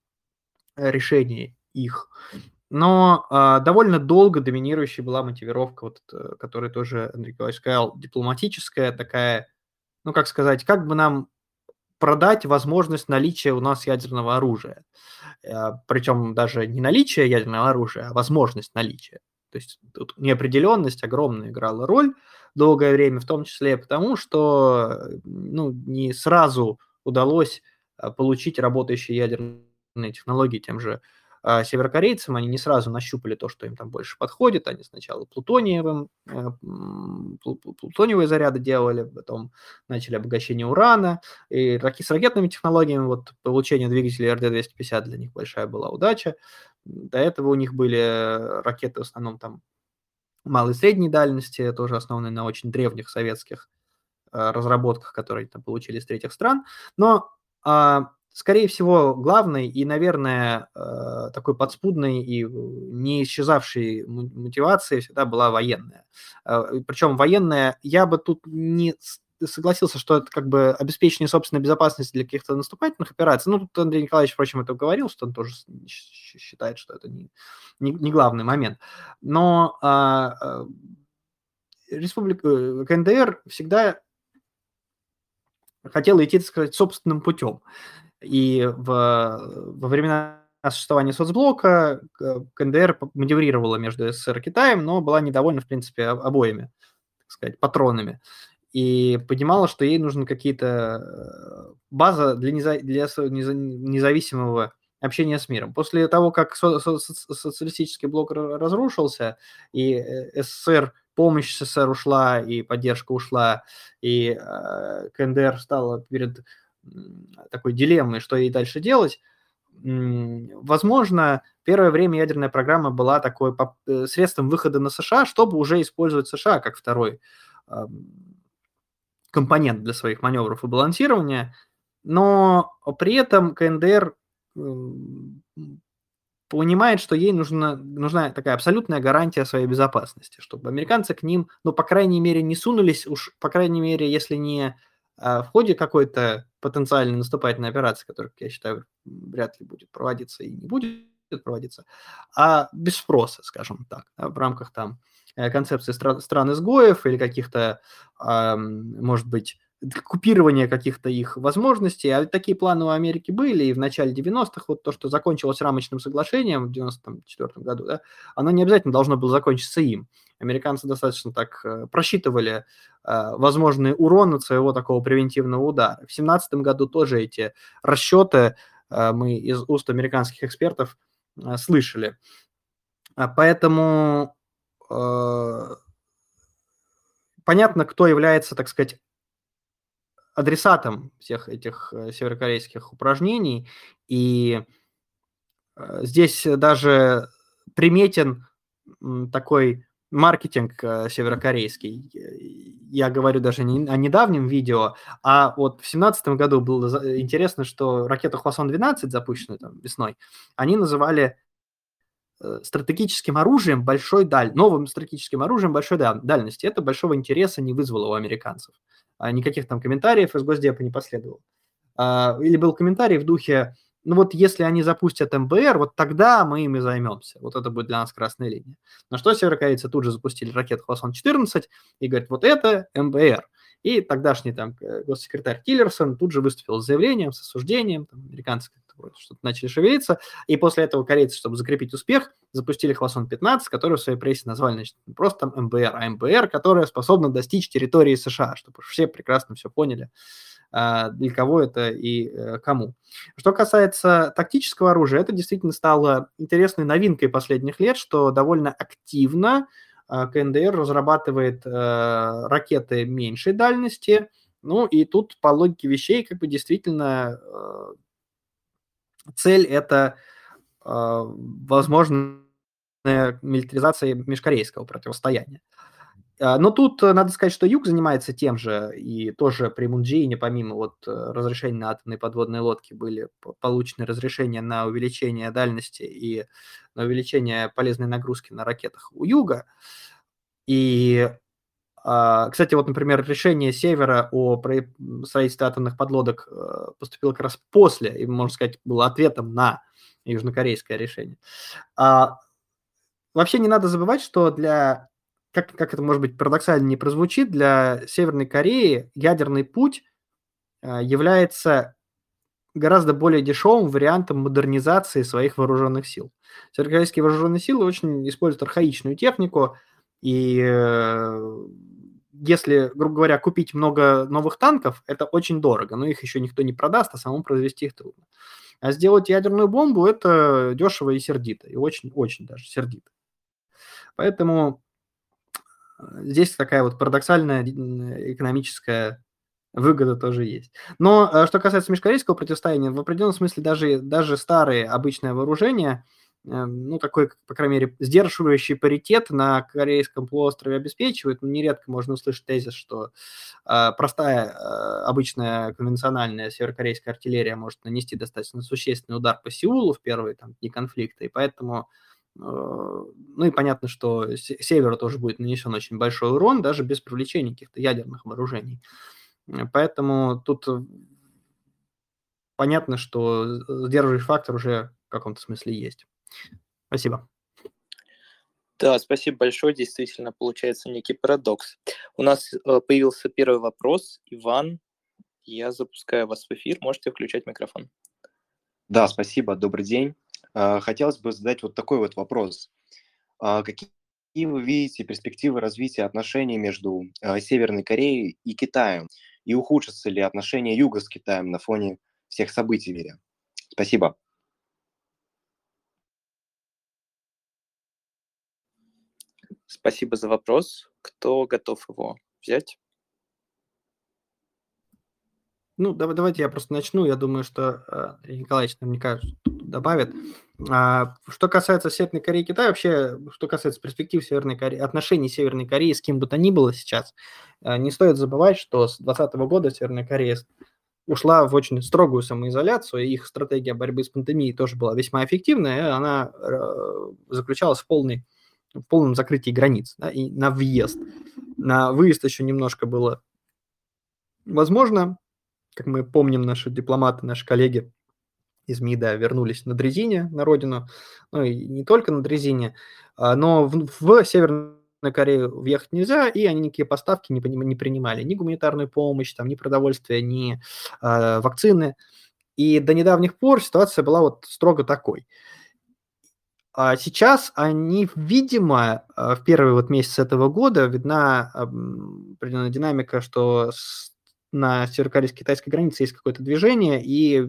решение их. Но э, довольно долго доминирующей была мотивировка, вот, которую тоже Андрей Николаевич сказал, дипломатическая такая, ну, как сказать, как бы нам продать возможность наличия у нас ядерного оружия. Э, причем даже не наличие ядерного оружия, а возможность наличия. То есть тут неопределенность огромная играла роль долгое время, в том числе потому, что ну, не сразу удалось получить работающие ядерные технологии тем же северокорейцам. Они не сразу нащупали то, что им там больше подходит. Они сначала плутониевым, плутониевые заряды делали, потом начали обогащение урана. И с ракетными технологиями вот, получение двигателей эр дэ двести пятьдесят для них большая была удача. До этого у них были ракеты в основном там малой и средней дальности, тоже основанные на очень древних советских разработках, которые там получили из третьих стран. Но скорее всего, главной и, наверное, такой подспудной и не исчезавшей мотивацией всегда была военная. Причем военная, я бы тут не согласился, что это как бы обеспечение собственной безопасности для каких-то наступательных операций. Ну, тут Андрей Николаевич, впрочем, это говорил, что он тоже считает, что это не, не, не главный момент. Но а, республика ка эн дэ эр всегда хотела идти, так сказать, собственным путем. И в, во времена существования соцблока ка эн дэ эр маневрировала между эс эс эс эр и Китаем, но была недовольна, в принципе, обоими, так сказать, патронами. И понимала, что ей нужны какие-то базы для, неза... для независимого общения с миром. После того, как со- со- социалистический блок разрушился, и эс эс эс эр, помощь эс эс эс эр ушла, и поддержка ушла, и э, ка эн дэ эр стала перед такой дилеммой, что ей дальше делать, возможно, первое время ядерная программа была такой средством выхода на США, чтобы уже использовать США как второй компонент для своих маневров и балансирования, но при этом ка эн дэ эр понимает, что ей нужна, нужна такая абсолютная гарантия своей безопасности, чтобы американцы к ним, ну, по крайней мере, не сунулись, уж, по крайней мере, если не а, в ходе какой-то потенциальной наступательной операции, которая, как я считаю, вряд ли будет проводиться и не будет проводиться, а без спроса, скажем так, да, в рамках там концепции стран, стран-изгоев или каких-то, а, может быть, купирование каких-то их возможностей, а такие планы у Америки были, и в начале девяностых, вот то, что закончилось рамочным соглашением в девяносто четвёртом году, да, оно не обязательно должно было закончиться им. Американцы достаточно так просчитывали э, возможный урон от своего такого превентивного удара. В семнадцатом году тоже эти расчеты э, мы из уст американских экспертов э, слышали. Поэтому э, понятно, кто является, так сказать, адресатом всех этих северокорейских упражнений, и здесь даже приметен такой маркетинг северокорейский. Я говорю даже не о недавнем видео, а вот в семнадцатом году было интересно, что ракету Хвасон двенадцать, запущенную там весной, они называли стратегическим оружием большой даль... новым стратегическим оружием большой дальности. Это большого интереса не вызвало у американцев. Никаких там комментариев из Госдепа не последовало. Или был комментарий в духе ну вот если они запустят МБР, вот тогда мы ими займемся. Вот это будет для нас красная линия. На что северокорейцы тут же запустили ракету Хвасон четырнадцать и говорят, вот это МБР. И тогдашний там госсекретарь Тиллерсон тут же выступил с заявлением, с осуждением, там, американцы что-то начали шевелиться, и после этого корейцы, чтобы закрепить успех, запустили Хвасон пятнадцать, который в своей прессе назвали, значит, не просто там МБР, а МБР, которая способна достичь территории США, чтобы все прекрасно все поняли, для кого это и кому. Что касается тактического оружия, это действительно стало интересной новинкой последних лет, что довольно активно КНДР разрабатывает ракеты меньшей дальности, ну и тут по логике вещей как бы действительно цель – это возможная милитаризация межкорейского противостояния. Но тут надо сказать, что Юг занимается тем же, и тоже при Мун Чже Ине, помимо вот разрешения на атомные подводные лодки, были получены разрешения на увеличение дальности и на увеличение полезной нагрузки на ракетах у Юга. И, кстати, вот, например, решение Севера о строительстве атомных подлодок поступило как раз после, и, можно сказать, было ответом на южнокорейское решение. Вообще не надо забывать, что для... Как, как это, может быть, парадоксально не прозвучит, для Северной Кореи ядерный путь является гораздо более дешевым вариантом модернизации своих вооруженных сил. Северокорейские вооруженные силы очень используют архаичную технику, и если, грубо говоря, купить много новых танков, это очень дорого, но их еще никто не продаст, а самому произвести их трудно. А сделать ядерную бомбу – это дешево и сердито, и очень-очень даже сердито. Поэтому здесь такая вот парадоксальная экономическая выгода тоже есть. Но что касается межкорейского противостояния, в определенном смысле даже, даже старые обычное вооружение, ну, такой, по крайней мере, сдерживающий паритет на Корейском полуострове обеспечивает. Ну, нередко можно услышать тезис, что э, простая, э, обычная, конвенциональная северокорейская артиллерия может нанести достаточно существенный удар по Сеулу в первые там, дни конфликта, и поэтому ну и понятно, что Северу тоже будет нанесен очень большой урон, даже без привлечения каких-то ядерных вооружений. Поэтому тут понятно, что сдерживающий фактор уже в каком-то смысле есть. Спасибо. Да, спасибо большое. Действительно, получается некий парадокс. У нас появился первый вопрос. Иван, я запускаю вас в эфир. Можете включать микрофон. Да, спасибо. Добрый день. Хотелось бы задать вот такой вот вопрос. Какие вы видите перспективы развития отношений между Северной Кореей и Китаем? И ухудшатся ли отношения Юга с Китаем на фоне всех событий в мире? Спасибо. Спасибо за вопрос. Кто готов его взять? Ну, давайте я просто начну. Я думаю, что Андрей Николаевич наверняка добавит. Что касается Северной Кореи и Китая, вообще, что касается перспектив Северной Кореи, отношений Северной Кореи с кем бы то ни было сейчас, не стоит забывать, что с двадцатого года Северная Корея ушла в очень строгую самоизоляцию, и их стратегия борьбы с пандемией тоже была весьма эффективная, и она заключалась в, полной, в полном закрытии границ, да, и на въезд. На выезд еще немножко было возможно. Как мы помним, наши дипломаты, наши коллеги из МИДа вернулись на дрезине на родину, ну и не только на дрезине, но в, в Северную Корею въехать нельзя, и они никакие поставки не, не принимали, ни гуманитарную помощь, там, ни продовольствие, ни э, вакцины. И до недавних пор ситуация была вот строго такой. А сейчас они, видимо, в первые вот месяцы этого года видна определенная динамика, что с на северокорейско-китайской границе есть какое-то движение, и,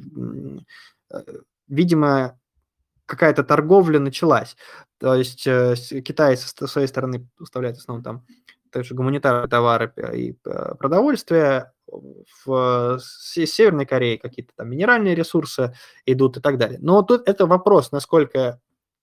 видимо, какая-то торговля началась. То есть Китай со своей стороны поставляет в основном там также гуманитарные товары и продовольствие, в Северной Корее какие-то там минеральные ресурсы идут и так далее. Но тут это вопрос, насколько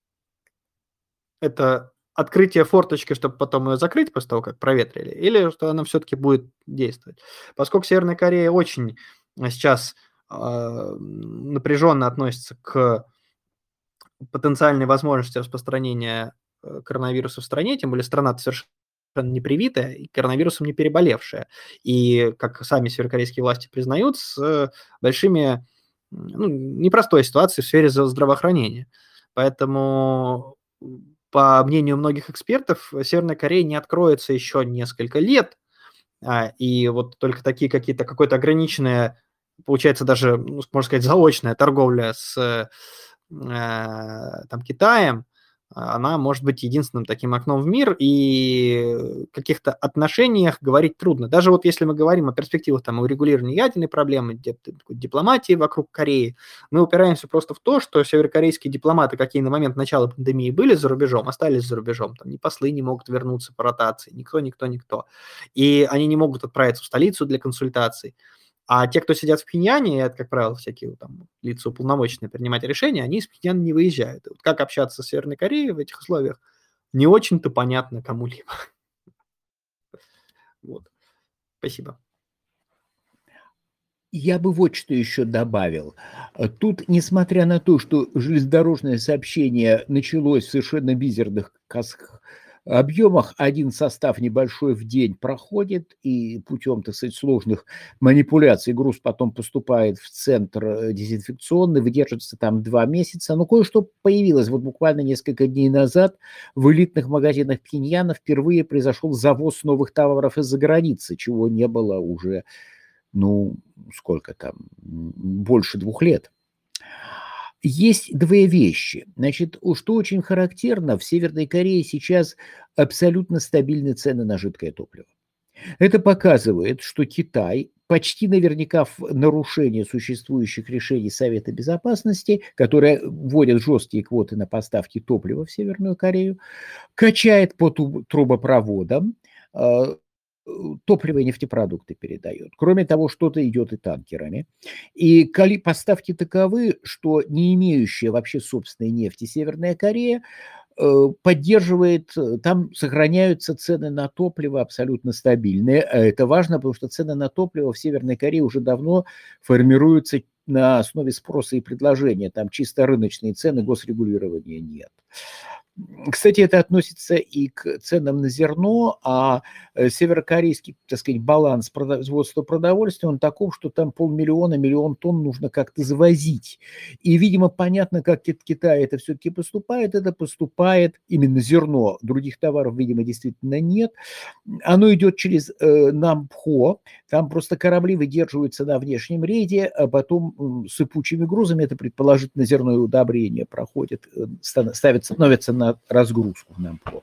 это открытие форточки, чтобы потом ее закрыть после того, как проветрили, или что она все-таки будет действовать. Поскольку Северная Корея очень сейчас э, напряженно относится к потенциальной возможности распространения коронавируса в стране, тем более страна совершенно не привитая и коронавирусом не переболевшая. И, как сами северокорейские власти признают, с большими ну, непростой ситуации в сфере здравоохранения. Поэтому, по мнению многих экспертов, Северная Корея не откроется еще несколько лет, и вот только такие какие-то, какое-то ограниченное, получается даже, ну, можно сказать, заочная торговля с там, Китаем, она может быть единственным таким окном в мир, и в каких-то отношениях говорить трудно. Даже вот если мы говорим о перспективах там, урегулирования ядерной проблемы, дипломатии вокруг Кореи, мы упираемся просто в то, что северокорейские дипломаты, какие на момент начала пандемии были за рубежом, остались за рубежом. Там ни послы не могут вернуться по ротации, никто, никто, никто. И они не могут отправиться в столицу для консультаций. А те, кто сидят в Пхеньяне, это, как правило, всякие там лица уполномоченные принимать решения, они из Пхеньяна не выезжают. И вот как общаться с Северной Кореей в этих условиях, не очень-то понятно кому-либо. Вот. Спасибо. Я бы вот что еще добавил. Тут, несмотря на то, что железнодорожное сообщение началось в совершенно мизерных объемах, один состав небольшой в день проходит, и путем, так сказать, сложных манипуляций груз потом поступает в центр дезинфекционный, выдерживается там два месяца. Но кое-что появилось. Вот буквально несколько дней назад в элитных магазинах Пхеньяна впервые произошел завоз новых товаров из-за границы, чего не было уже, ну, сколько там, больше двух лет. Есть две вещи. Значит, что очень характерно, в Северной Корее сейчас абсолютно стабильные цены на жидкое топливо. Это показывает, что Китай почти наверняка в нарушение существующих решений Совета Безопасности, которые вводят жесткие квоты на поставки топлива в Северную Корею, качает по трубопроводам, топливо и нефтепродукты передает. Кроме того, что-то идет и танкерами. И поставки таковы, что не имеющая вообще собственной нефти Северная Корея поддерживает, там сохраняются цены на топливо абсолютно стабильные. Это важно, потому что цены на топливо в Северной Корее уже давно формируются на основе спроса и предложения. Там чисто рыночные цены, госрегулирования нет. Кстати, это относится и к ценам на зерно, а северокорейский, так сказать, баланс производства продовольствия, он таков, что там полмиллиона, миллион тонн нужно как-то завозить. И, видимо, понятно, как Китай это все-таки поступает. Это поступает именно зерно, других товаров, видимо, действительно нет. Оно идет через э, Нампхо, там просто корабли выдерживаются на внешнем рейде, а потом э, сыпучими грузами, это предположительно зерно и удобрения проходят, э, ставятся, становятся на разгрузку в Нампхо.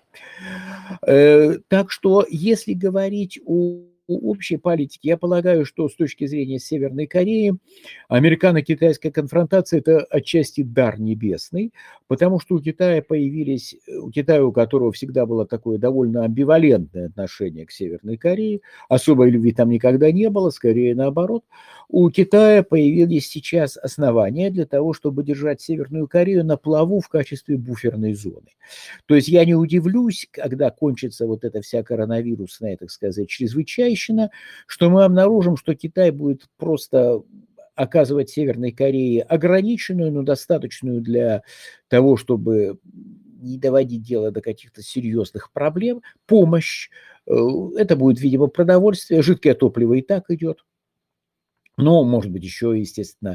Э, так что, если говорить о общей политике, я полагаю, что с точки зрения Северной Кореи американо-китайская конфронтация – это отчасти дар небесный, потому что у Китая появились, у Китая, у которого всегда было такое довольно амбивалентное отношение к Северной Корее, особой любви там никогда не было, скорее наоборот, у Китая появились сейчас основания для того, чтобы держать Северную Корею на плаву в качестве буферной зоны. То есть я не удивлюсь, когда кончится вот эта вся коронавирусная, так сказать, чрезвычайщина, что мы обнаружим, что Китай будет просто оказывать Северной Корее ограниченную, но достаточную для того, чтобы не доводить дело до каких-то серьезных проблем, помощь. Это будет, видимо, продовольствие, жидкое топливо и так идет. Но, может быть, еще, естественно,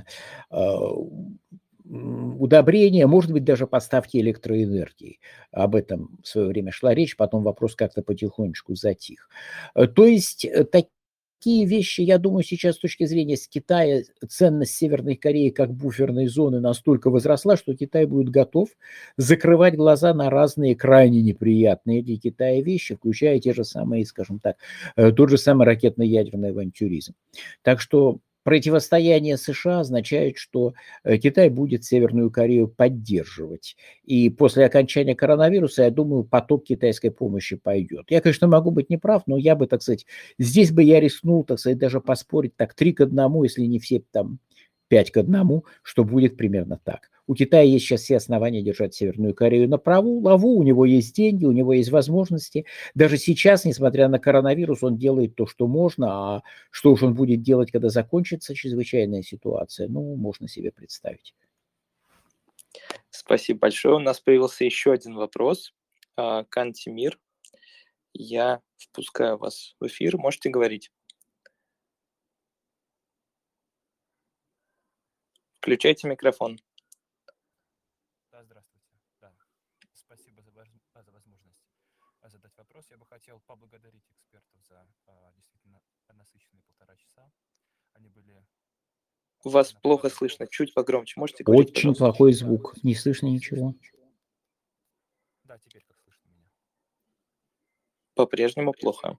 удобрения, может быть, даже поставки электроэнергии. Об этом в свое время шла речь, потом вопрос как-то потихонечку затих. То есть такие вещи, я думаю, сейчас с точки зрения с Китая ценность Северной Кореи как буферной зоны настолько возросла, что Китай будет готов закрывать глаза на разные крайне неприятные для Китая вещи, включая те же самые, скажем так, тот же самый ракетно-ядерный авантюризм. Так что противостояние США означает, что Китай будет Северную Корею поддерживать. И после окончания коронавируса, я думаю, поток китайской помощи пойдет. Я, конечно, могу быть неправ, но я бы, так сказать, здесь бы я рискнул, так сказать, даже поспорить так три к одному, если не все там пять к одному, что будет примерно так. У Китая есть сейчас все основания держать Северную Корею на праву, лаву, у него есть деньги, у него есть возможности. Даже сейчас, несмотря на коронавирус, он делает то, что можно, а что уж он будет делать, когда закончится чрезвычайная ситуация, ну, можно себе представить. Спасибо большое. У нас появился еще один вопрос. Кантимир, я впускаю вас в эфир, можете говорить. Включайте микрофон. Да, здравствуйте. Да. Спасибо за, воз- за возможность а, задать вопрос. Я бы хотел поблагодарить экспертов за а, действительно насыщенные полтора часа. Они были Вас довольно плохо подробны. слышно. Чуть погромче. Можете говорить, Очень пожалуйста? плохой звук, не слышно ничего. Да, теперь как слышно меня. По-прежнему плохо.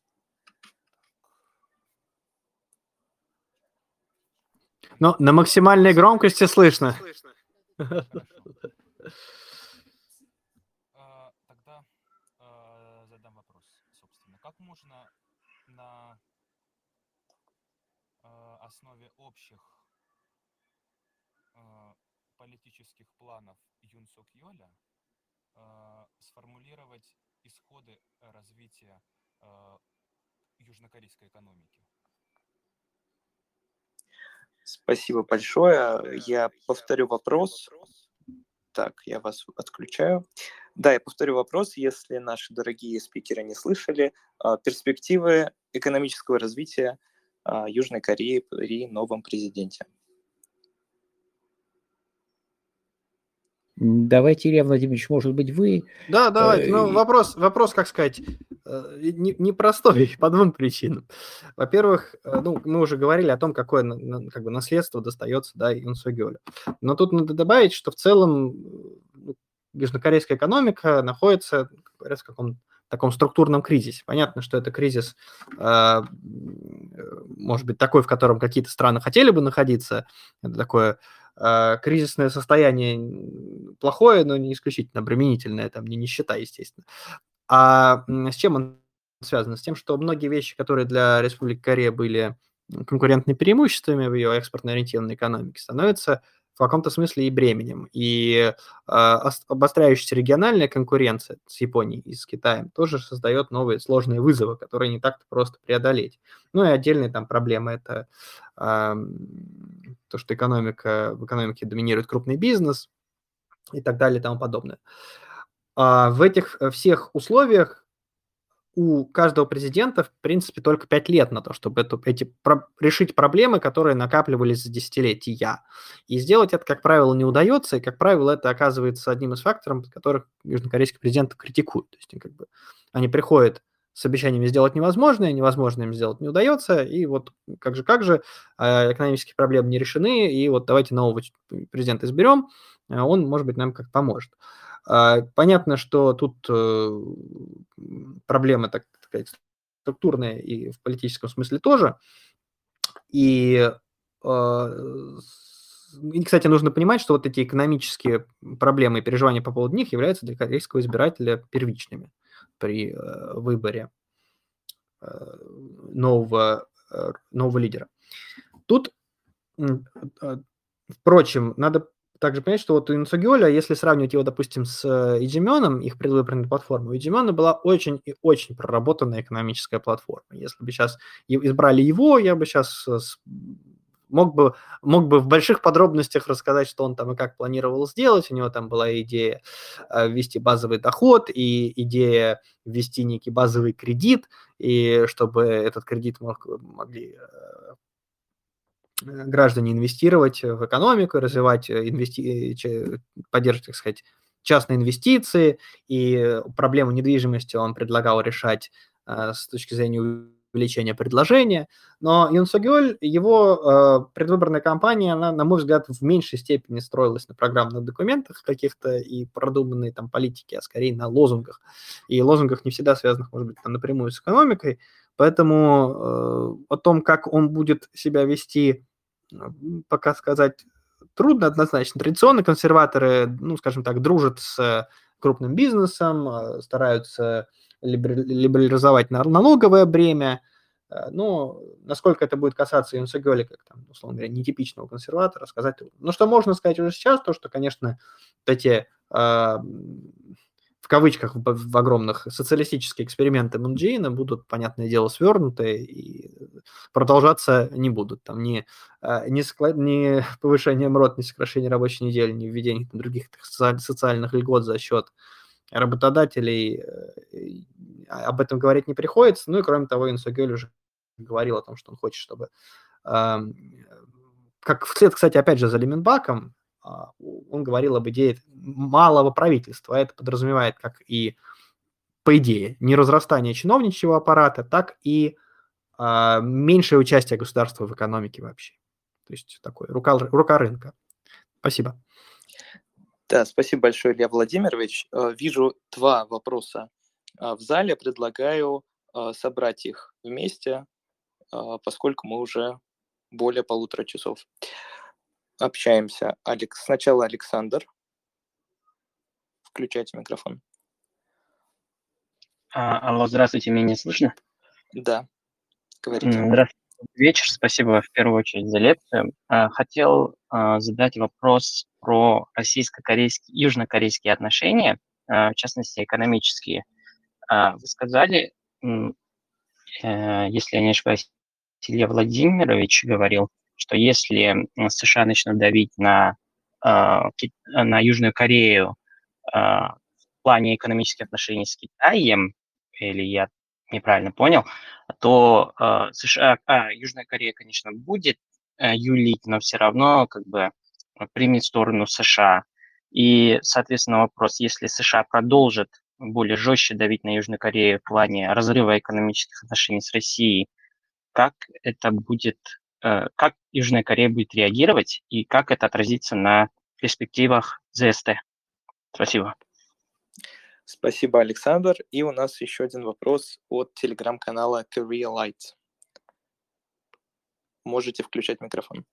Но на максимальной громкости слышно. Хорошо. А, Тогда а, задам вопрос, собственно. Как можно на а, основе общих а, политических планов Юн Сок Йоля а, сформулировать исходы развития а, южнокорейской экономики? Спасибо большое. Я повторю вопрос. Так, я вас отключаю. Да, я повторю вопрос, если наши дорогие спикеры не слышали. А, Перспективы экономического развития а, Южной Кореи при новом президенте. Давайте, Илья Владимирович, может быть, вы... Да, давайте. э, Ну, и- вопрос, вопрос, как сказать, э, не- непростой по двум причинам. Во-первых, э, ну, мы уже говорили о том, какое на- на- как бы наследство достается, да, Юн Сок-Йолю. Но тут надо добавить, что в целом э, ну, южнокорейская экономика находится, как говорят, в каком-то таком структурном кризисе. Понятно, что это кризис, э, э, может быть, такой, в котором какие-то страны хотели бы находиться. Это такое э, кризисное состояние м, плохое, но не исключительно обременительное, там не нищета, естественно. А м, с чем он связан? С тем, что многие вещи, которые для Республики Корея были конкурентными преимуществами в ее экспортно-ориентированной экономике, становятся в каком-то смысле и бременем. И э, ос- обостряющаяся региональная конкуренция с Японией и с Китаем тоже создает новые сложные вызовы, которые не так-то просто преодолеть. Ну и отдельные там проблемы – это ам, то, что экономика, в экономике доминирует крупный бизнес и так далее и тому подобное. А в этих э, всех условиях у каждого президента, в принципе, только пять лет на то, чтобы эту, эти, про, решить проблемы, которые накапливались за десятилетия. И сделать это, как правило, не удается, и, как правило, это оказывается одним из факторов, которых южнокорейских президентов критикуют. То есть как бы, они приходят с обещаниями сделать невозможное, невозможное им сделать не удается, и вот как же, как же, экономические проблемы не решены, и вот давайте нового президента изберем, он, может быть, нам как-то поможет. Понятно, что тут проблема, так сказать, структурная и в политическом смысле тоже. И, и, кстати, нужно понимать, что вот эти экономические проблемы и переживания по поводу них являются для корейского избирателя первичными при выборе нового, нового лидера. Тут, впрочем, надо также понять, что вот у Юн Сок-Йоля, если сравнивать его, допустим, с Иджимёном, их предвыборной платформой, у Иджимёна была очень и очень проработанная экономическая платформа. Если бы сейчас избрали его, я бы сейчас мог бы, мог бы в больших подробностях рассказать, что он там и как планировал сделать. У него там была идея ввести базовый доход и идея ввести некий базовый кредит, и чтобы этот кредит мог, могли граждане инвестировать в экономику, развивать, инвести... поддерживать, так сказать, частные инвестиции, и проблему недвижимости он предлагал решать э, с точки зрения увеличения предложения. Но Юн Сок-Йоль, его э, предвыборная кампания, она, на мой взгляд, в меньшей степени строилась на программных документах каких-то и продуманной там политике, а скорее на лозунгах. И лозунгах не всегда связанных, может быть, там, напрямую с экономикой. Поэтому э, о том, как он будет себя вести, пока сказать трудно однозначно. Традиционно консерваторы, ну, скажем так, дружат с крупным бизнесом, стараются либерализовать налоговое бремя, но насколько это будет касаться Юн Сок-Йоля, как там, условно говоря, нетипичного консерватора, сказать трудно. Но что можно сказать уже сейчас, то, что, конечно, вот эти в кавычках в, в огромных социалистические эксперименты Мун Чжэ Ина будут, понятное дело, свернуты и продолжаться не будут. Там ни, ни, склад, ни повышение МРОТ, ни сокращение рабочей недели, ни введение других социальных льгот за счет работодателей. Об этом говорить не приходится. Ну и кроме того, Юн Сок-Йоль уже говорил о том, что он хочет, чтобы как вслед, кстати, опять же, за Леменбаком, он говорил об идее малого правительства. Это подразумевает как и, по идее, не разрастание чиновничьего аппарата, так и а, меньшее участие государства в экономике вообще. То есть такой рука, рука рынка. Спасибо. Да, спасибо большое, Илья Владимирович. Вижу два вопроса в зале. Предлагаю собрать их вместе, поскольку мы уже более полутора часов общаемся. Алекс, сначала Александр. Включайте микрофон. А, алло, здравствуйте, меня не слышно? Да, говорите. Здравствуйте, вечер. Спасибо в первую очередь за лекцию. Хотел задать вопрос про российско-корейские, южнокорейские отношения, в частности, экономические. Вы сказали, если я не ошибаюсь, Илья Владимирович говорил, что если США начнут давить на, на Южную Корею в плане экономических отношений с Китаем, или я неправильно понял, то США, а, Южная Корея, конечно, будет юлить, но все равно как бы примет сторону США. И, соответственно, вопрос, если США продолжат более жестче давить на Южную Корею в плане разрыва экономических отношений с Россией, как это будет, как Южная Корея будет реагировать и как это отразится на перспективах ЗСТ? Спасибо. Спасибо, Александр. И у нас еще один вопрос от телеграм-канала Korea Light. Можете включать микрофон.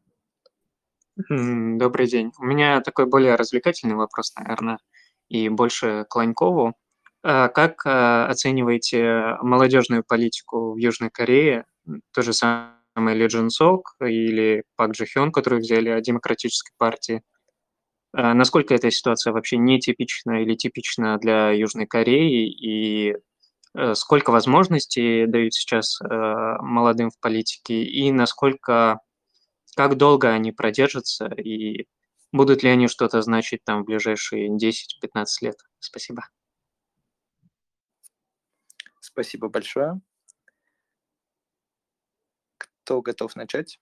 Добрый день. У меня такой более развлекательный вопрос, наверное, и больше к Ланькову. Как оцениваете молодежную политику в Южной Корее? То же самое Ли Джун Сок или Пак Джи Хён, которую взяли от Демократической партии. Насколько эта ситуация вообще нетипична или типична для Южной Кореи? И сколько возможностей дают сейчас молодым в политике? И насколько, как долго они продержатся? И будут ли они что-то значить там в ближайшие десять-пятнадцать лет? Спасибо. Спасибо большое. Кто готов начать?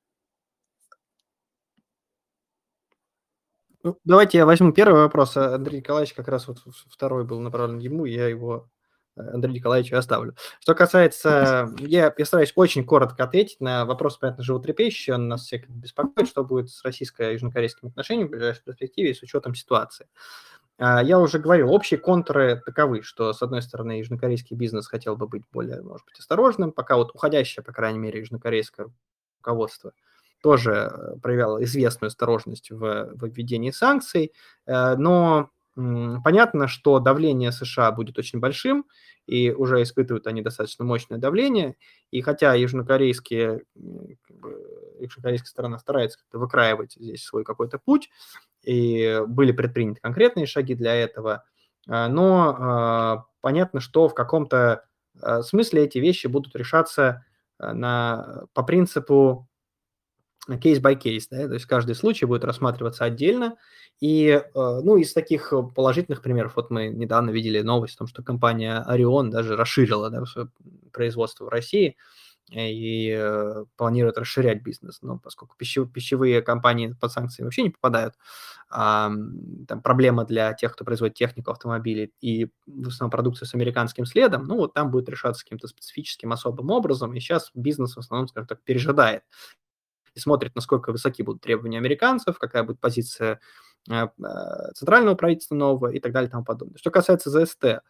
Ну, давайте я возьму первый вопрос. Андрей Николаевич как раз вот второй был направлен ему, я его Андрею Николаевичу оставлю. Что касается... Я постараюсь очень коротко ответить на вопрос, понятно, животрепещущий, он нас всех беспокоит, что будет с российско-южнокорейскими отношениями в ближайшей перспективе с учетом ситуации. Я уже говорил, общие контуры таковы, что, с одной стороны, южнокорейский бизнес хотел бы быть более, может быть, осторожным, пока вот уходящее, по крайней мере, южнокорейское руководство тоже проявляло известную осторожность в, в введении санкций, но м, понятно, что давление США будет очень большим, и уже испытывают они достаточно мощное давление, и хотя южнокорейские, как бы, южнокорейская сторона старается как-то выкраивать здесь свой какой-то путь, и были предприняты конкретные шаги для этого, но понятно, что в каком-то смысле эти вещи будут решаться на, по принципу case by case, да, то есть каждый случай будет рассматриваться отдельно. И, ну, из таких положительных примеров, вот мы недавно видели новость о том, что компания Orion даже расширила, да, свое производство в России и э, планирует расширять бизнес, но поскольку пищев, пищевые компании под санкции вообще не попадают, а, там проблема для тех, кто производит технику автомобилей и в основном продукцию с американским следом, ну вот там будет решаться каким-то специфическим особым образом, и сейчас бизнес в основном, скажем так, пережидает и смотрит, насколько высоки будут требования американцев, какая будет позиция э, центрального правительства нового и так далее и тому подобное. Что касается ЗСТ, э,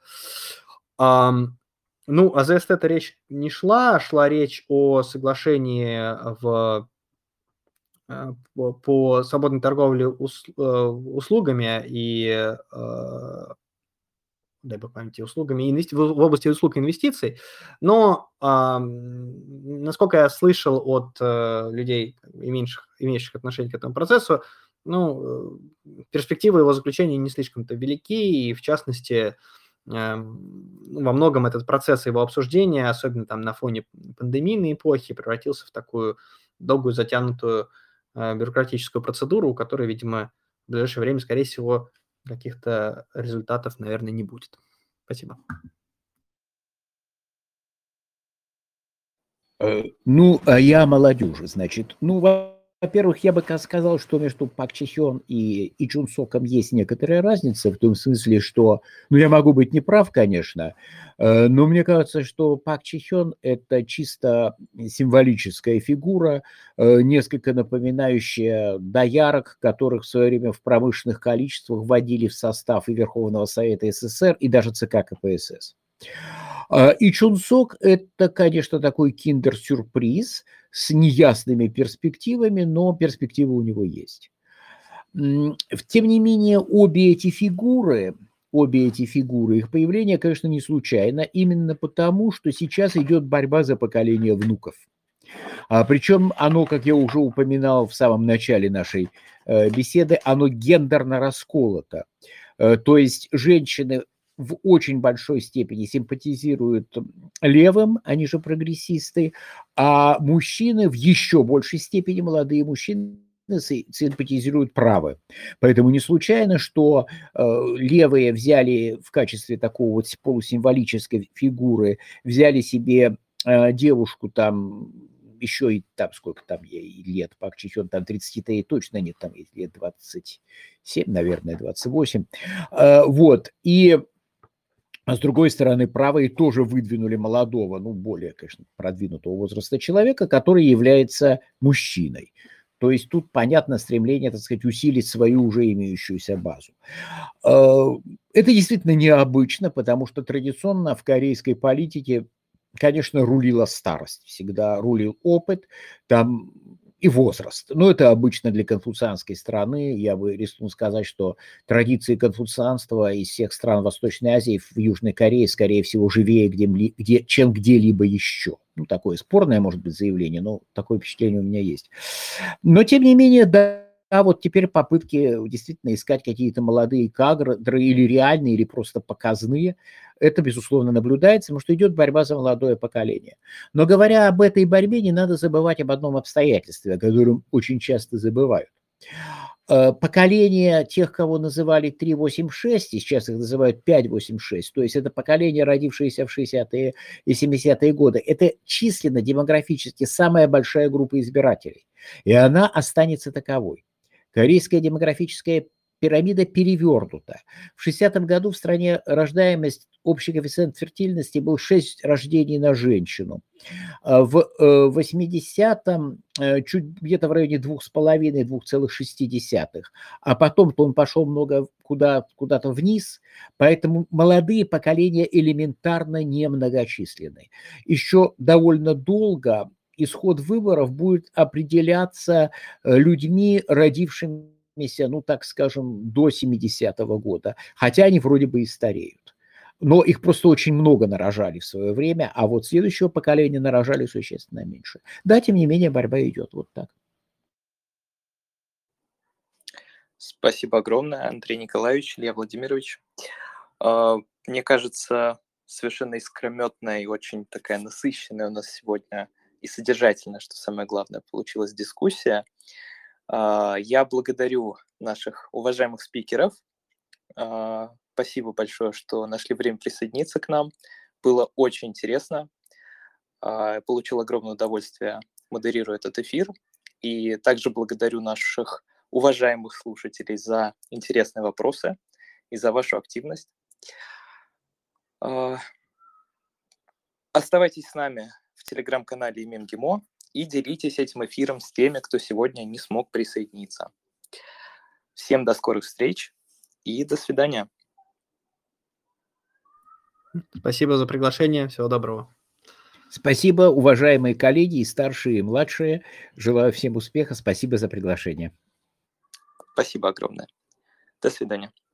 ну, о ЗСТ-то речь не шла, шла речь о соглашении в, по, по свободной торговле ус, услугами и, дай бог памяти, услугами инвести... в области услуг и инвестиций, но, э, насколько я слышал от э, людей, имеющих, имеющих отношение к этому процессу, ну, перспективы его заключения не слишком-то велики, и в частности, во многом этот процесс его обсуждения, особенно там на фоне пандемийной эпохи, превратился в такую долгую затянутую э, бюрократическую процедуру, у которой, видимо, в ближайшее время, скорее всего, каких-то результатов, наверное, не будет. Спасибо. Ну, а я молодежи, значит, ну, во-первых, я бы сказал, что между Пак Чи Хён и, и Чун Соком есть некоторая разница, в том смысле, что, ну, я могу быть неправ, конечно, э, но мне кажется, что Пак Чи Хён – это чисто символическая фигура, э, несколько напоминающая доярок, которых в свое время в промышленных количествах вводили в состав и Верховного Совета СССР, и даже ЦК КПСС. И Чун Сок – это, конечно, такой киндер-сюрприз с неясными перспективами, но перспективы у него есть. Тем не менее, обе эти фигуры, обе эти фигуры, их появление, конечно, не случайно, именно потому, что сейчас идет борьба за поколение внуков. А, причем оно, как я уже упоминал в самом начале нашей э, беседы, оно гендерно расколото. Э, то есть женщины в очень большой степени симпатизируют левым, они же прогрессисты, а мужчины в еще большей степени, молодые мужчины, симпатизируют правым. Поэтому не случайно, что э, левые взяли в качестве такого вот полусимволической фигуры, взяли себе э, девушку там, еще и там, сколько там ей лет, Пак Чи Хён, там тридцать точно нет, там ей лет двадцать семь, наверное, двадцать восемь. Э, вот, и а с другой стороны, правые тоже выдвинули молодого, ну, более, конечно, продвинутого возраста человека, который является мужчиной. То есть тут понятно стремление, так сказать, усилить свою уже имеющуюся базу. Это действительно необычно, потому что традиционно в корейской политике, конечно, рулила старость, всегда рулил опыт, там и возраст. Но это обычно для конфуцианской страны. Я бы рискнул сказать, что традиции конфуцианства из всех стран Восточной Азии в Южной Корее, скорее всего, живее, где, где, чем где-либо еще. Ну, такое спорное, может быть, заявление, но такое впечатление у меня есть. Но, тем не менее, да, а вот теперь попытки действительно искать какие-то молодые кадры, или реальные, или просто показные, это, безусловно, наблюдается, потому что идет борьба за молодое поколение. Но говоря об этой борьбе, не надо забывать об одном обстоятельстве, о котором очень часто забывают. Поколение тех, кого называли три восемь шесть, и сейчас их называют пять восемь шесть, то есть это поколение, родившееся в шестидесятые и семидесятые годы, это численно, демографически самая большая группа избирателей, и она останется таковой. Корейская демографическая пирамида перевернута. В шестидесятом году в стране рождаемость, общий коэффициент фертильности был шесть рождений на женщину. В восьмидесятом чуть где-то в районе двух с половиной — двух целых шести десятых. А потом-то он пошел много куда, куда-то вниз, поэтому молодые поколения элементарно немногочисленны. Еще довольно долго исход выборов будет определяться людьми, родившимися, ну, так скажем, до семидесятого года, хотя они вроде бы и стареют. Но их просто очень много нарожали в свое время, а вот следующего поколения нарожали существенно меньше. Да, тем не менее, борьба идет вот так. Спасибо огромное, Андрей Николаевич, Илья Владимирович. Мне кажется, совершенно искрометная и очень такая насыщенная у нас сегодня и содержательная, что самое главное, получилась дискуссия. Я благодарю наших уважаемых спикеров. Спасибо большое, что нашли время присоединиться к нам. Было очень интересно. Получил огромное удовольствие, модерируя этот эфир. И также благодарю наших уважаемых слушателей за интересные вопросы и за вашу активность. Оставайтесь с нами в телеграм-канале МемГимо и делитесь этим эфиром с теми, кто сегодня не смог присоединиться. Всем до скорых встреч и до свидания. Спасибо за приглашение. Всего доброго. Спасибо, уважаемые коллеги, и старшие, и младшие. Желаю всем успеха. Спасибо за приглашение. Спасибо огромное. До свидания.